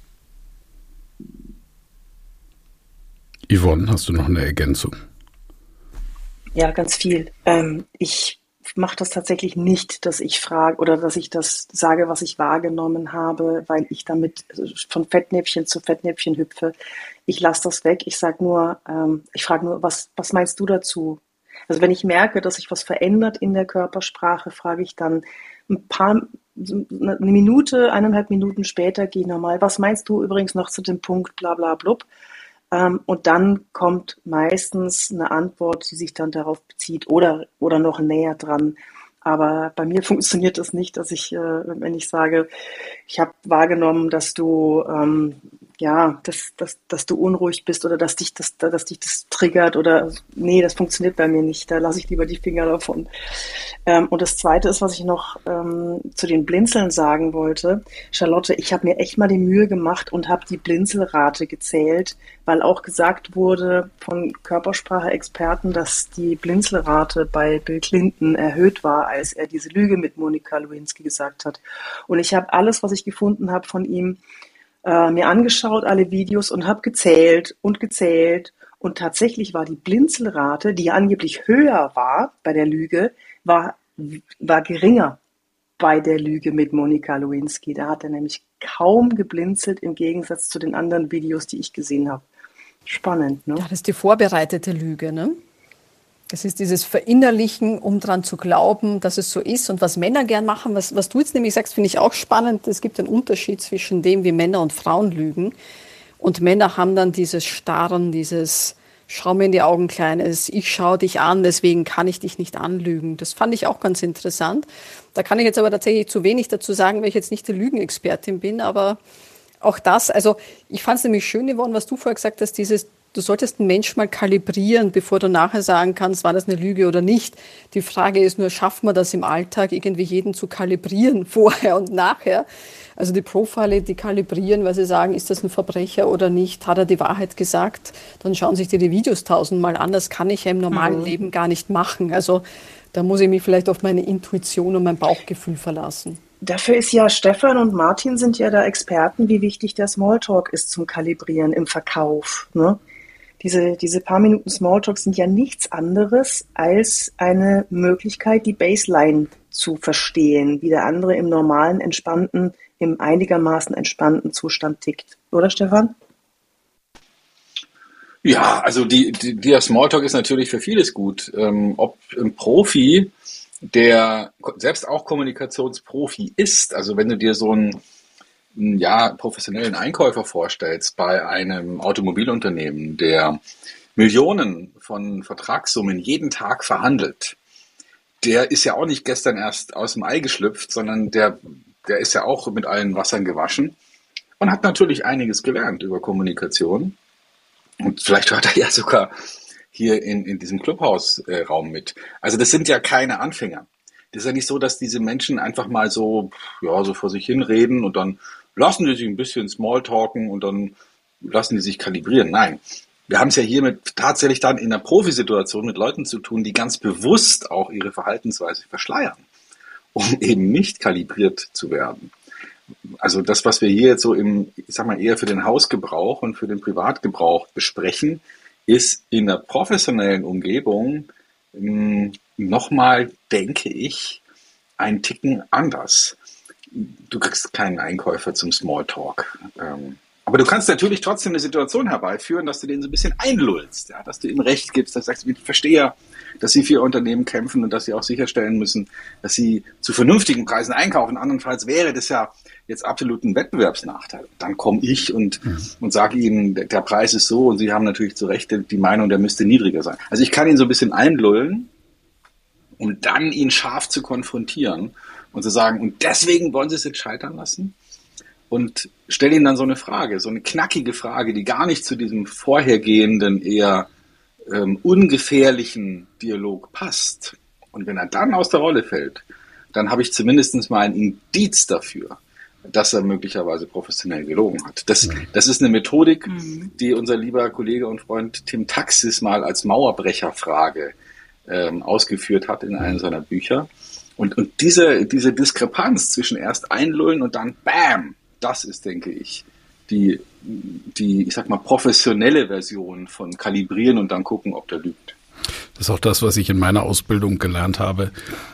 Yvonne, hast du noch eine Ergänzung? Ja, ganz viel. Ich mache das tatsächlich nicht, dass ich frage oder dass ich das sage, was ich wahrgenommen habe, weil ich damit von Fettnäpfchen zu Fettnäpfchen hüpfe. Ich lasse das weg. Ich sage nur, ich frage nur, was meinst du dazu? Also wenn ich merke, dass sich was verändert in der Körpersprache, frage ich dann eine Minute, 1,5 Minuten später, gehe ich nochmal, was meinst du übrigens noch zu dem Punkt, bla bla blub. Und dann kommt meistens eine Antwort, die sich dann darauf bezieht oder noch näher dran. Aber bei mir funktioniert das nicht, dass ich, wenn ich sage, ich habe wahrgenommen, dass du dass du unruhig bist oder dass dich das triggert oder nee, das funktioniert bei mir nicht. Da lasse ich lieber die Finger davon. Und das Zweite ist, was ich noch zu den Blinzeln sagen wollte. Charlotte, ich habe mir echt mal die Mühe gemacht und habe die Blinzelrate gezählt, weil auch gesagt wurde von Körpersprache-Experten, dass die Blinzelrate bei Bill Clinton erhöht war, als er diese Lüge mit Monica Lewinsky gesagt hat. Und ich habe alles, was ich gefunden habe von ihm, mir angeschaut, alle Videos und habe gezählt und tatsächlich war die Blinzelrate, die angeblich höher war bei der Lüge, war geringer. bei der Lüge mit Monika Lewinsky. Da hat er nämlich kaum geblinzelt im Gegensatz zu den anderen Videos, die ich gesehen habe. Spannend, ne? Ja, das ist die vorbereitete Lüge, ne? Das ist dieses Verinnerlichen, um dran zu glauben, dass es so ist. Und was Männer gern machen, was du jetzt nämlich sagst, finde ich auch spannend. Es gibt einen Unterschied zwischen dem, wie Männer und Frauen lügen. Und Männer haben dann dieses Starren, dieses Schau mir in die Augen, Kleines, ich schaue dich an, deswegen kann ich dich nicht anlügen. Das fand ich auch ganz interessant. Da kann ich jetzt aber tatsächlich zu wenig dazu sagen, weil ich jetzt nicht die Lügenexpertin bin. Aber auch das, also ich fand es nämlich schön, Yvonne, was du vorher gesagt hast, du solltest einen Menschen mal kalibrieren, bevor du nachher sagen kannst, war das eine Lüge oder nicht. Die Frage ist nur, schafft man das im Alltag, irgendwie jeden zu kalibrieren, vorher und nachher? Also die Profiler, die kalibrieren, weil sie sagen, ist das ein Verbrecher oder nicht? Hat er die Wahrheit gesagt? Dann schauen sich die Videos 1000-mal an. Das kann ich ja im normalen Leben gar nicht machen. Also da muss ich mich vielleicht auf meine Intuition und mein Bauchgefühl verlassen. Dafür ist ja Stefan und Martin sind ja da Experten, wie wichtig der Smalltalk ist zum Kalibrieren im Verkauf, ne? Diese paar Minuten Smalltalk sind ja nichts anderes als eine Möglichkeit, die Baseline zu verstehen, wie der andere im normalen, entspannten, im einigermaßen entspannten Zustand tickt. Oder, Stefan? Ja, also der Smalltalk ist natürlich für vieles gut. Ob ein Profi, der selbst auch Kommunikationsprofi ist, also wenn du dir so einen professionellen Einkäufer vorstellst bei einem Automobilunternehmen, der Millionen von Vertragssummen jeden Tag verhandelt, der ist ja auch nicht gestern erst aus dem Ei geschlüpft, sondern der ist ja auch mit allen Wassern gewaschen und hat natürlich einiges gelernt über Kommunikation. Und vielleicht hört er ja sogar hier in diesem Clubhausraum mit. Also das sind ja keine Anfänger. Das ist ja nicht so, dass diese Menschen einfach mal so vor sich hinreden und dann lassen die sich ein bisschen Smalltalken und dann lassen die sich kalibrieren. Nein, wir haben es ja hier tatsächlich dann in einer Profisituation mit Leuten zu tun, die ganz bewusst auch ihre Verhaltensweise verschleiern, um eben nicht kalibriert zu werden. Also das, was wir hier jetzt so eher für den Hausgebrauch und für den Privatgebrauch besprechen, ist in der professionellen Umgebung nochmal, denke ich, ein Ticken anders. Du kriegst keinen Einkäufer zum Smalltalk. Aber du kannst natürlich trotzdem eine Situation herbeiführen, dass du den so ein bisschen einlullst, ja? Dass du ihm Recht gibst, dass du sagst, ich verstehe, dass sie für ihr Unternehmen kämpfen und dass sie auch sicherstellen müssen, dass sie zu vernünftigen Preisen einkaufen. Andernfalls wäre das ja jetzt absolut ein Wettbewerbsnachteil. Dann komme ich und sage ihnen, der Preis ist so und sie haben natürlich zu Recht die Meinung, der müsste niedriger sein. Also ich kann ihn so ein bisschen einlullen, um dann ihn scharf zu konfrontieren und zu sagen, und deswegen wollen sie es jetzt scheitern lassen? Und stelle ihnen dann so eine Frage, so eine knackige Frage, die gar nicht zu diesem vorhergehenden, eher ungefährlichen Dialog passt. Und wenn er dann aus der Rolle fällt, dann habe ich zumindest mal ein Indiz dafür, dass er möglicherweise professionell gelogen hat. Das ist eine Methodik, die unser lieber Kollege und Freund Tim Taxis mal als Mauerbrecherfrage ausgeführt hat in einem seiner Bücher. Und diese Diskrepanz zwischen erst einlullen und dann BAM, das ist, denke ich, die ich sag mal, professionelle Version von kalibrieren und dann gucken, ob der lügt. Das ist auch das, was ich in meiner Ausbildung gelernt habe.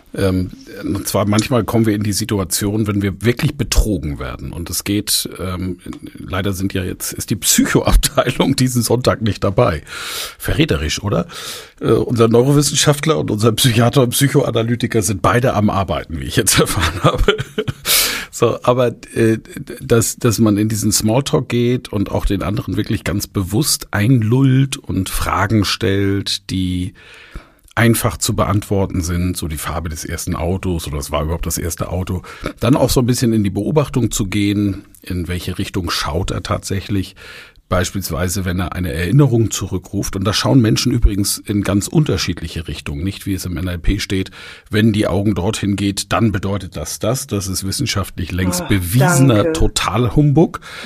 Und zwar manchmal kommen wir in die Situation, wenn wir wirklich betrogen werden. Und es geht, leider ist die Psychoabteilung diesen Sonntag nicht dabei. Verräterisch, oder? Unser Neurowissenschaftler und unser Psychiater und Psychoanalytiker sind beide am Arbeiten, wie ich jetzt erfahren habe. So, aber dass man in diesen Smalltalk geht und auch den anderen wirklich ganz bewusst einlullt und Fragen stellt, die einfach zu beantworten sind, so die Farbe des ersten Autos oder was war überhaupt das erste Auto, dann auch so ein bisschen in die Beobachtung zu gehen, in welche Richtung schaut er tatsächlich, beispielsweise wenn er eine Erinnerung zurückruft, und da schauen Menschen übrigens in ganz unterschiedliche Richtungen, nicht wie es im NLP steht, wenn die Augen dorthin geht, dann bedeutet das ist wissenschaftlich längst bewiesener Totalhumbug.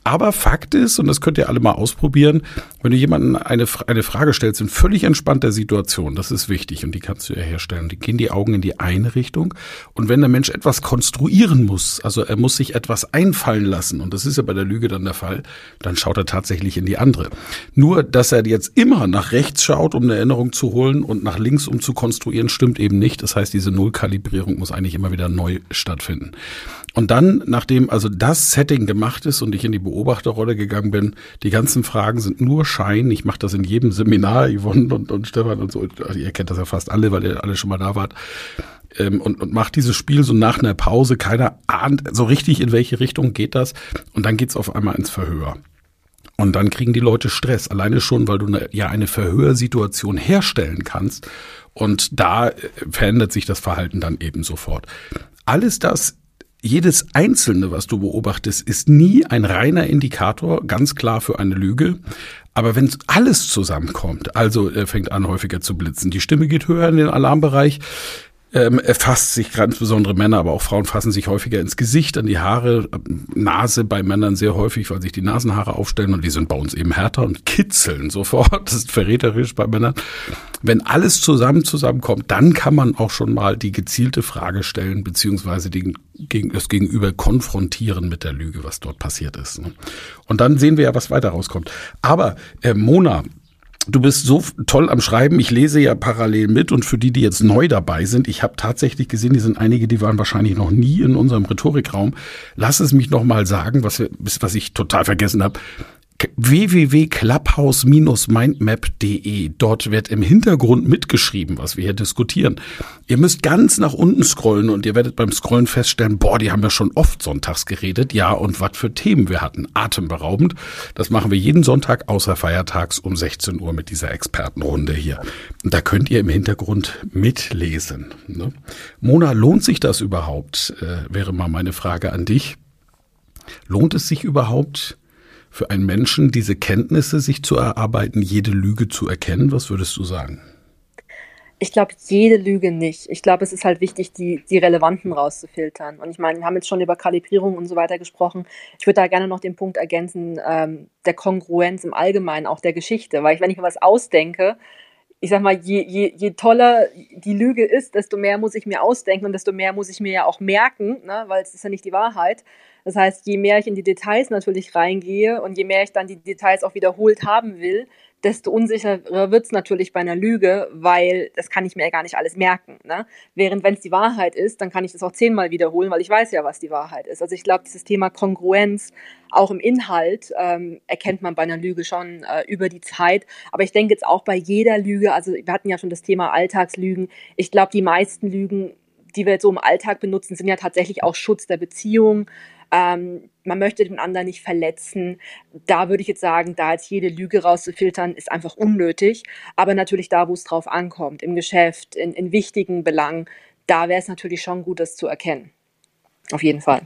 Aber Fakt ist, und das könnt ihr alle mal ausprobieren, wenn du jemandem eine Frage stellst in völlig entspannter Situation, das ist wichtig und die kannst du ja herstellen, die gehen die Augen in die eine Richtung und wenn der Mensch etwas konstruieren muss, also er muss sich etwas einfallen lassen und das ist ja bei der Lüge dann der Fall, dann schaut er tatsächlich in die andere. Nur, dass er jetzt immer nach rechts schaut, um eine Erinnerung zu holen und nach links, um zu konstruieren, stimmt eben nicht. Das heißt, diese Nullkalibrierung muss eigentlich immer wieder neu stattfinden. Und dann, nachdem also das Setting gemacht ist und ich in die Beobachterrolle gegangen bin, die ganzen Fragen sind nur Schein. Ich mache das in jedem Seminar, Yvonne und Stefan und so. Ihr kennt das ja fast alle, weil ihr alle schon mal da wart. Und macht dieses Spiel so nach einer Pause. Keiner ahnt so richtig, in welche Richtung geht das. Und dann geht's auf einmal ins Verhör. Und dann kriegen die Leute Stress. Alleine schon, weil du eine Verhörsituation herstellen kannst. Und da verändert sich das Verhalten dann eben sofort. Alles das, jedes Einzelne, was du beobachtest, ist nie ein reiner Indikator, ganz klar für eine Lüge. Aber wenn alles zusammenkommt, also er fängt an häufiger zu blitzen, die Stimme geht höher in den Alarmbereich, er fasst sich, ganz besondere Männer, aber auch Frauen fassen sich häufiger ins Gesicht, an die Haare, Nase bei Männern sehr häufig, weil sich die Nasenhaare aufstellen und die sind bei uns eben härter und kitzeln sofort. Das ist verräterisch bei Männern. Wenn alles zusammenkommt, dann kann man auch schon mal die gezielte Frage stellen, beziehungsweise das Gegenüber konfrontieren mit der Lüge, was dort passiert ist. Und dann sehen wir ja, was weiter rauskommt. Aber Mona, du bist so toll am Schreiben. Ich lese ja parallel mit und für die jetzt neu dabei sind, ich habe tatsächlich gesehen, die sind einige, die waren wahrscheinlich noch nie in unserem Rhetorikraum. Lass es mich noch mal sagen, was ich total vergessen habe. www.clubhouse-mindmap.de. Dort wird im Hintergrund mitgeschrieben, was wir hier diskutieren. Ihr müsst ganz nach unten scrollen und ihr werdet beim Scrollen feststellen, die haben ja schon oft sonntags geredet. Ja, und was für Themen wir hatten. Atemberaubend. Das machen wir jeden Sonntag außer feiertags um 16 Uhr mit dieser Expertenrunde hier. Und da könnt ihr im Hintergrund mitlesen. Ne? Mona, lohnt sich das überhaupt? Wäre mal meine Frage an dich. Lohnt es sich überhaupt, für einen Menschen diese Kenntnisse sich zu erarbeiten, jede Lüge zu erkennen? Was würdest du sagen? Ich glaube, jede Lüge nicht. Ich glaube, es ist halt wichtig, die relevanten rauszufiltern. Und ich meine, wir haben jetzt schon über Kalibrierung und so weiter gesprochen. Ich würde da gerne noch den Punkt ergänzen, der Kongruenz im Allgemeinen, auch der Geschichte. Weil wenn ich mir was ausdenke, ich sag mal, je toller die Lüge ist, desto mehr muss ich mir ausdenken und desto mehr muss ich mir ja auch merken, ne? Weil es ist ja nicht die Wahrheit. Das heißt, je mehr ich in die Details natürlich reingehe und je mehr ich dann die Details auch wiederholt haben will, desto unsicherer wird es natürlich bei einer Lüge, weil das kann ich mir ja gar nicht alles merken. Ne? Während wenn es die Wahrheit ist, dann kann ich das auch 10-mal wiederholen, weil ich weiß ja, was die Wahrheit ist. Also ich glaube, dieses Thema Kongruenz auch im Inhalt erkennt man bei einer Lüge schon über die Zeit. Aber ich denke jetzt auch bei jeder Lüge, also wir hatten ja schon das Thema Alltagslügen. Ich glaube, die meisten Lügen, die wir jetzt so im Alltag benutzen, sind ja tatsächlich auch Schutz der Beziehung. Man möchte den anderen nicht verletzen. Da würde ich jetzt sagen, da jetzt jede Lüge rauszufiltern, ist einfach unnötig. Aber natürlich da, wo es drauf ankommt, im Geschäft, in wichtigen Belangen, da wäre es natürlich schon gut, das zu erkennen. Auf jeden Fall.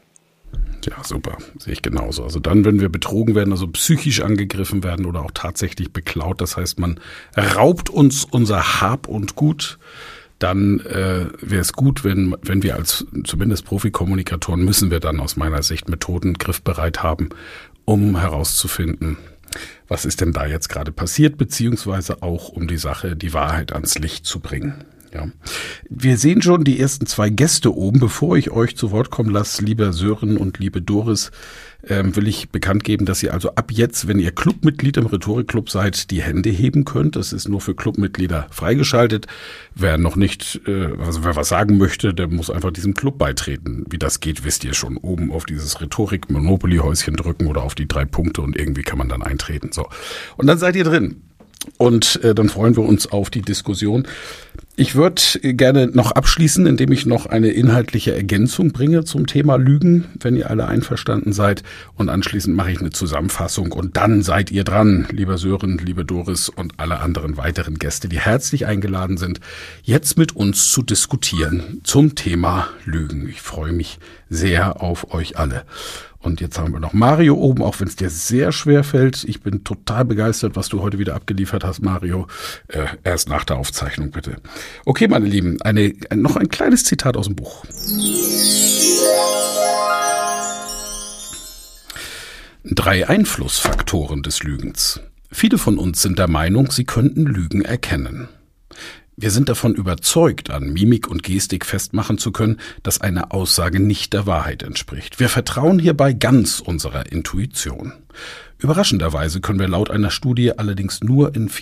Ja, super. Sehe ich genauso. Also dann, wenn wir betrogen werden, also psychisch angegriffen werden oder auch tatsächlich beklaut, das heißt, man raubt uns unser Hab und Gut, dann wäre es gut, wenn wir als zumindest Profikommunikatoren müssen wir dann aus meiner Sicht Methoden griffbereit haben, um herauszufinden, was ist denn da jetzt gerade passiert, beziehungsweise auch um die Wahrheit ans Licht zu bringen. Ja. Wir sehen schon die ersten 2 Gäste oben. Bevor ich euch zu Wort kommen lasse, lieber Sören und liebe Doris, will ich bekannt geben, dass ihr also ab jetzt, wenn ihr Clubmitglied im Rhetorikclub seid, die Hände heben könnt. Das ist nur für Clubmitglieder freigeschaltet. Wer noch nicht, wer was sagen möchte, der muss einfach diesem Club beitreten. Wie das geht, wisst ihr schon. Oben auf dieses Rhetorik-Monopoly-Häuschen drücken oder auf die 3 Punkte und irgendwie kann man dann eintreten. So. Und dann seid ihr drin. Und dann freuen wir uns auf die Diskussion. Ich würde gerne noch abschließen, indem ich noch eine inhaltliche Ergänzung bringe zum Thema Lügen, wenn ihr alle einverstanden seid. Und anschließend mache ich eine Zusammenfassung und dann seid ihr dran, lieber Sören, liebe Doris und alle anderen weiteren Gäste, die herzlich eingeladen sind, jetzt mit uns zu diskutieren zum Thema Lügen. Ich freue mich sehr auf euch alle. Und jetzt haben wir noch Mario oben, auch wenn es dir sehr schwer fällt. Ich bin total begeistert, was du heute wieder abgeliefert hast, Mario. Erst nach der Aufzeichnung, bitte. Okay, meine Lieben, noch ein kleines Zitat aus dem Buch. 3 Einflussfaktoren des Lügens. Viele von uns sind der Meinung, sie könnten Lügen erkennen. Wir sind davon überzeugt, an Mimik und Gestik festmachen zu können, dass eine Aussage nicht der Wahrheit entspricht. Wir vertrauen hierbei ganz unserer Intuition. Überraschenderweise können wir laut einer Studie allerdings nur in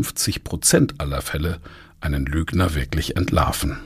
54% aller Fälle einen Lügner wirklich entlarven.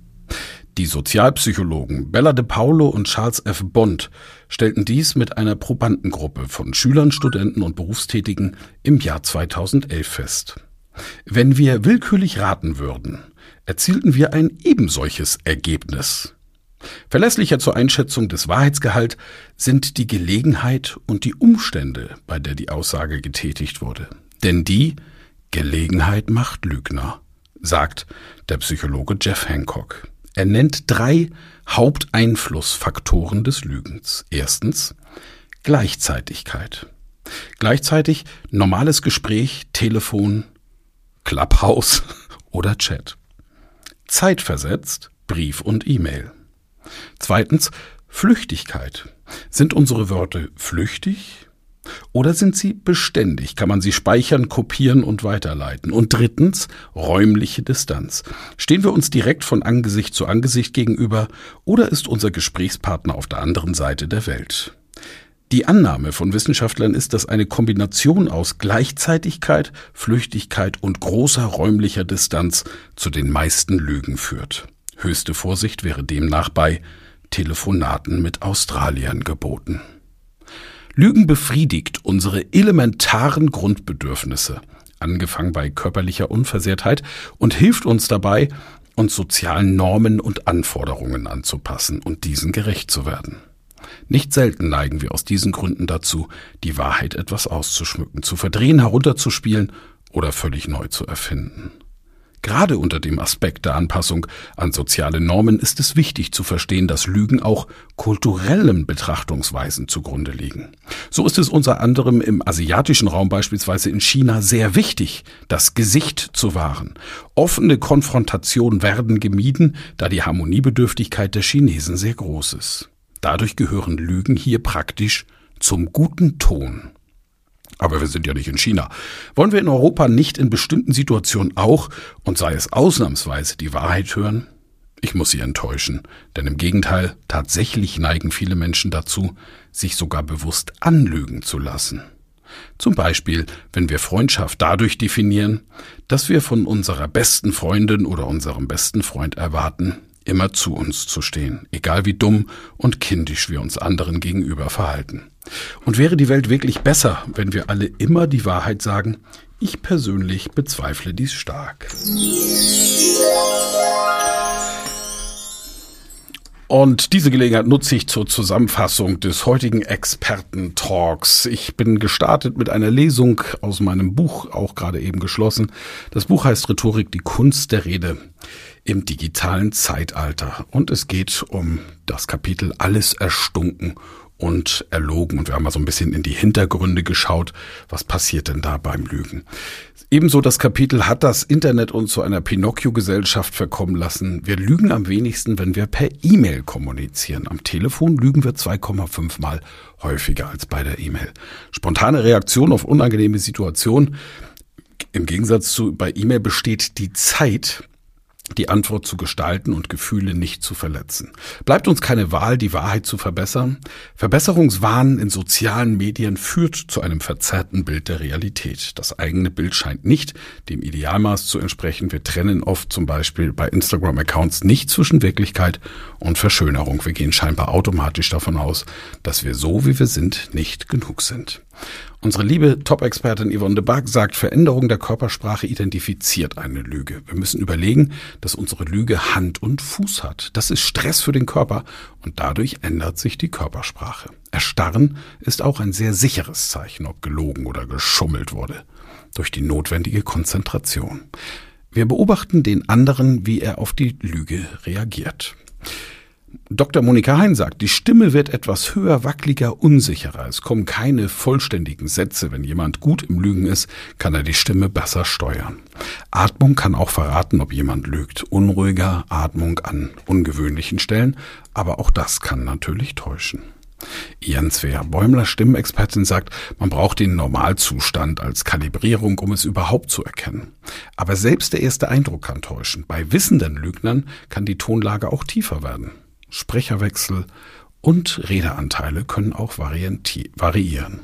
Die Sozialpsychologen Bella De Paulo und Charles F. Bond stellten dies mit einer Probandengruppe von Schülern, Studenten und Berufstätigen im Jahr 2011 fest. Wenn wir willkürlich raten würden, erzielten wir ein ebensolches Ergebnis. Verlässlicher zur Einschätzung des Wahrheitsgehalts sind die Gelegenheit und die Umstände, bei der die Aussage getätigt wurde. Denn die Gelegenheit macht Lügner, sagt der Psychologe Jeff Hancock. Er nennt 3 Haupteinflussfaktoren des Lügens. Erstens Gleichzeitigkeit. Gleichzeitig normales Gespräch, Telefon, Clubhouse oder Chat. Zeitversetzt Brief und E-Mail. Zweitens Flüchtigkeit. Sind unsere Wörter flüchtig oder sind sie beständig? Kann man sie speichern, kopieren und weiterleiten? Und drittens räumliche Distanz. Stehen wir uns direkt von Angesicht zu Angesicht gegenüber oder ist unser Gesprächspartner auf der anderen Seite der Welt? Die Annahme von Wissenschaftlern ist, dass eine Kombination aus Gleichzeitigkeit, Flüchtigkeit und großer räumlicher Distanz zu den meisten Lügen führt. Höchste Vorsicht wäre demnach bei Telefonaten mit Australiern geboten. Lügen befriedigt unsere elementaren Grundbedürfnisse, angefangen bei körperlicher Unversehrtheit, und hilft uns dabei, uns sozialen Normen und Anforderungen anzupassen und diesen gerecht zu werden. Nicht selten neigen wir aus diesen Gründen dazu, die Wahrheit etwas auszuschmücken, zu verdrehen, herunterzuspielen oder völlig neu zu erfinden. Gerade unter dem Aspekt der Anpassung an soziale Normen ist es wichtig zu verstehen, dass Lügen auch kulturellen Betrachtungsweisen zugrunde liegen. So ist es unter anderem im asiatischen Raum, beispielsweise in China, sehr wichtig, das Gesicht zu wahren. Offene Konfrontationen werden gemieden, da die Harmoniebedürftigkeit der Chinesen sehr groß ist. Dadurch gehören Lügen hier praktisch zum guten Ton. Aber wir sind ja nicht in China. Wollen wir in Europa nicht in bestimmten Situationen auch, und sei es ausnahmsweise, die Wahrheit hören? Ich muss Sie enttäuschen, denn im Gegenteil, tatsächlich neigen viele Menschen dazu, sich sogar bewusst anlügen zu lassen. Zum Beispiel, wenn wir Freundschaft dadurch definieren, dass wir von unserer besten Freundin oder unserem besten Freund erwarten, immer zu uns zu stehen, egal wie dumm und kindisch wir uns anderen gegenüber verhalten. Und wäre die Welt wirklich besser, wenn wir alle immer die Wahrheit sagen? Ich persönlich bezweifle dies stark. Und diese Gelegenheit nutze ich zur Zusammenfassung des heutigen Experten-Talks. Ich bin gestartet mit einer Lesung aus meinem Buch, auch gerade eben geschlossen. Das Buch heißt Rhetorik, die Kunst der Rede im digitalen Zeitalter. Und es geht um das Kapitel Alles erstunken und erlogen. Und wir haben mal so ein bisschen in die Hintergründe geschaut. Was passiert denn da beim Lügen? Ebenso das Kapitel, hat das Internet uns zu einer Pinocchio-Gesellschaft verkommen lassen? Wir lügen am wenigsten, wenn wir per E-Mail kommunizieren. Am Telefon lügen wir 2,5 Mal häufiger als bei der E-Mail. Spontane Reaktion auf unangenehme Situationen. Im Gegensatz zu bei E-Mail besteht die Zeit, die Antwort zu gestalten und Gefühle nicht zu verletzen. Bleibt uns keine Wahl, die Wahrheit zu verbessern? Verbesserungswahn in sozialen Medien führt zu einem verzerrten Bild der Realität. Das eigene Bild scheint nicht dem Idealmaß zu entsprechen. Wir trennen oft zum Beispiel bei Instagram-Accounts nicht zwischen Wirklichkeit und Verschönerung. Wir gehen scheinbar automatisch davon aus, dass wir so, wie wir sind, nicht genug sind. Unsere liebe Top-Expertin Yvonne de Barg sagt, Veränderung der Körpersprache identifiziert eine Lüge. Wir müssen überlegen, dass unsere Lüge Hand und Fuß hat. Das ist Stress für den Körper und dadurch ändert sich die Körpersprache. Erstarren ist auch ein sehr sicheres Zeichen, ob gelogen oder geschummelt wurde, durch die notwendige Konzentration. Wir beobachten den anderen, wie er auf die Lüge reagiert. Dr. Monika Hein sagt, die Stimme wird etwas höher, wackeliger, unsicherer. Es kommen keine vollständigen Sätze. Wenn jemand gut im Lügen ist, kann er die Stimme besser steuern. Atmung kann auch verraten, ob jemand lügt. Unruhiger Atmung an ungewöhnlichen Stellen, aber auch das kann natürlich täuschen. Jens-Wehr Bäumler, Stimmenexpertin, sagt, man braucht den Normalzustand als Kalibrierung, um es überhaupt zu erkennen. Aber selbst der erste Eindruck kann täuschen. Bei wissenden Lügnern kann die Tonlage auch tiefer werden. Sprecherwechsel und Redeanteile können auch variieren.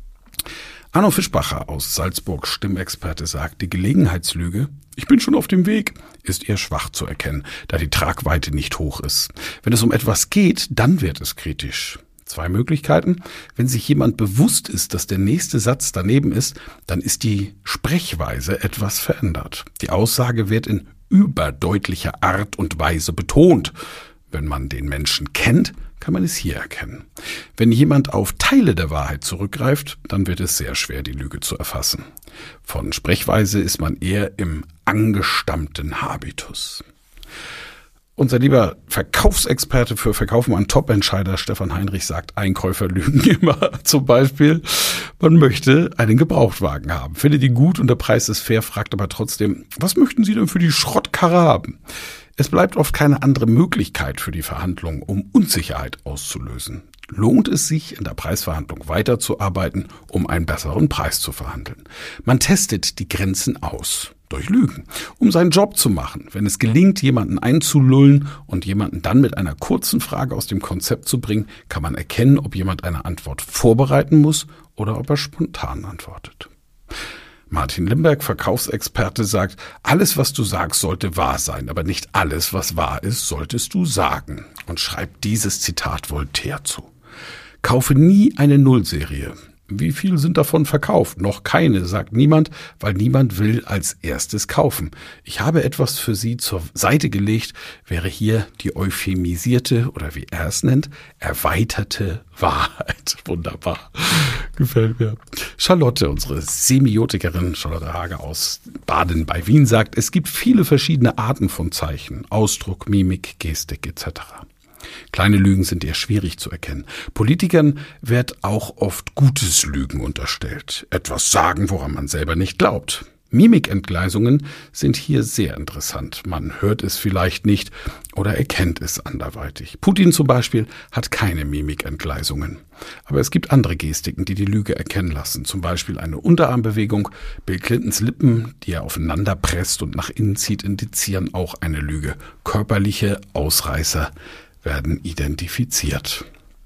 Arno Fischbacher aus Salzburg, Stimmexperte, sagt, die Gelegenheitslüge, ich bin schon auf dem Weg, ist eher schwach zu erkennen, da die Tragweite nicht hoch ist. Wenn es um etwas geht, dann wird es kritisch. 2 Möglichkeiten. Wenn sich jemand bewusst ist, dass der nächste Satz daneben ist, dann ist die Sprechweise etwas verändert. Die Aussage wird in überdeutlicher Art und Weise betont. Wenn man den Menschen kennt, kann man es hier erkennen. Wenn jemand auf Teile der Wahrheit zurückgreift, dann wird es sehr schwer, die Lüge zu erfassen. Von Sprechweise ist man eher im angestammten Habitus. Unser lieber Verkaufsexperte für Verkaufen an Top-Entscheider Stefan Heinrich sagt, Einkäufer lügen immer. Zum Beispiel, man möchte einen Gebrauchtwagen haben, findet ihn gut und der Preis ist fair, fragt aber trotzdem, was möchten Sie denn für die Schrottkarre haben? Es bleibt oft keine andere Möglichkeit für die Verhandlung, um Unsicherheit auszulösen. Lohnt es sich, in der Preisverhandlung weiterzuarbeiten, um einen besseren Preis zu verhandeln? Man testet die Grenzen aus. Durch Lügen, um seinen Job zu machen. Wenn es gelingt, jemanden einzulullen und jemanden dann mit einer kurzen Frage aus dem Konzept zu bringen, kann man erkennen, ob jemand eine Antwort vorbereiten muss oder ob er spontan antwortet. Martin Limberg, Verkaufsexperte, sagt, alles, was du sagst, sollte wahr sein, aber nicht alles, was wahr ist, solltest du sagen. Und schreibt dieses Zitat Voltaire zu. Kaufe nie eine Nullserie. Wie viel sind davon verkauft? Noch keine, sagt niemand, weil niemand will als erstes kaufen. Ich habe etwas für Sie zur Seite gelegt, wäre hier die euphemisierte, oder wie er es nennt, erweiterte Wahrheit. Wunderbar. Gefällt mir. Charlotte, unsere Semiotikerin, Charlotte Hage aus Baden bei Wien, sagt, es gibt viele verschiedene Arten von Zeichen, Ausdruck, Mimik, Gestik etc. Kleine Lügen sind eher schwierig zu erkennen. Politikern wird auch oft gutes Lügen unterstellt. Etwas sagen, woran man selber nicht glaubt. Mimikentgleisungen sind hier sehr interessant. Man hört es vielleicht nicht oder erkennt es anderweitig. Putin zum Beispiel hat keine Mimikentgleisungen. Aber es gibt andere Gestiken, die die Lüge erkennen lassen. Zum Beispiel eine Unterarmbewegung. Bill Clintons Lippen, die er aufeinander presst und nach innen zieht, indizieren auch eine Lüge. Körperliche Ausreißer werden identifiziert.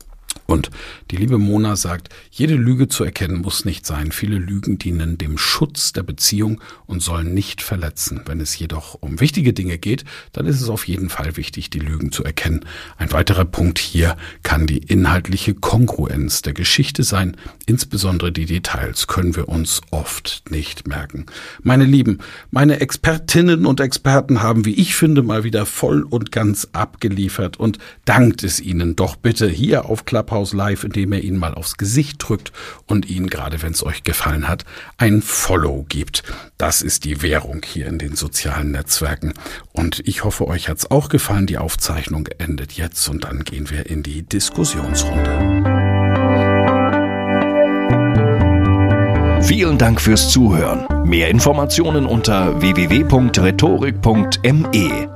Und die liebe Mona sagt, jede Lüge zu erkennen muss nicht sein. Viele Lügen dienen dem Schutz der Beziehung und sollen nicht verletzen. Wenn es jedoch um wichtige Dinge geht, dann ist es auf jeden Fall wichtig, die Lügen zu erkennen. Ein weiterer Punkt hier kann die inhaltliche Kongruenz der Geschichte sein. Insbesondere die Details können wir uns oft nicht merken. Meine Lieben, meine Expertinnen und Experten haben, wie ich finde, mal wieder voll und ganz abgeliefert und dankt es ihnen doch bitte hier auf Clubhouse Live, indem ihr ihn mal aufs Gesicht drückt und ihn, gerade wenn es euch gefallen hat, ein Follow gibt. Das ist die Währung hier in den sozialen Netzwerken. Und ich hoffe, euch hat's auch gefallen. Die Aufzeichnung endet jetzt und dann gehen wir in die Diskussionsrunde. Vielen Dank fürs Zuhören. Mehr Informationen unter www.rhetorik.me.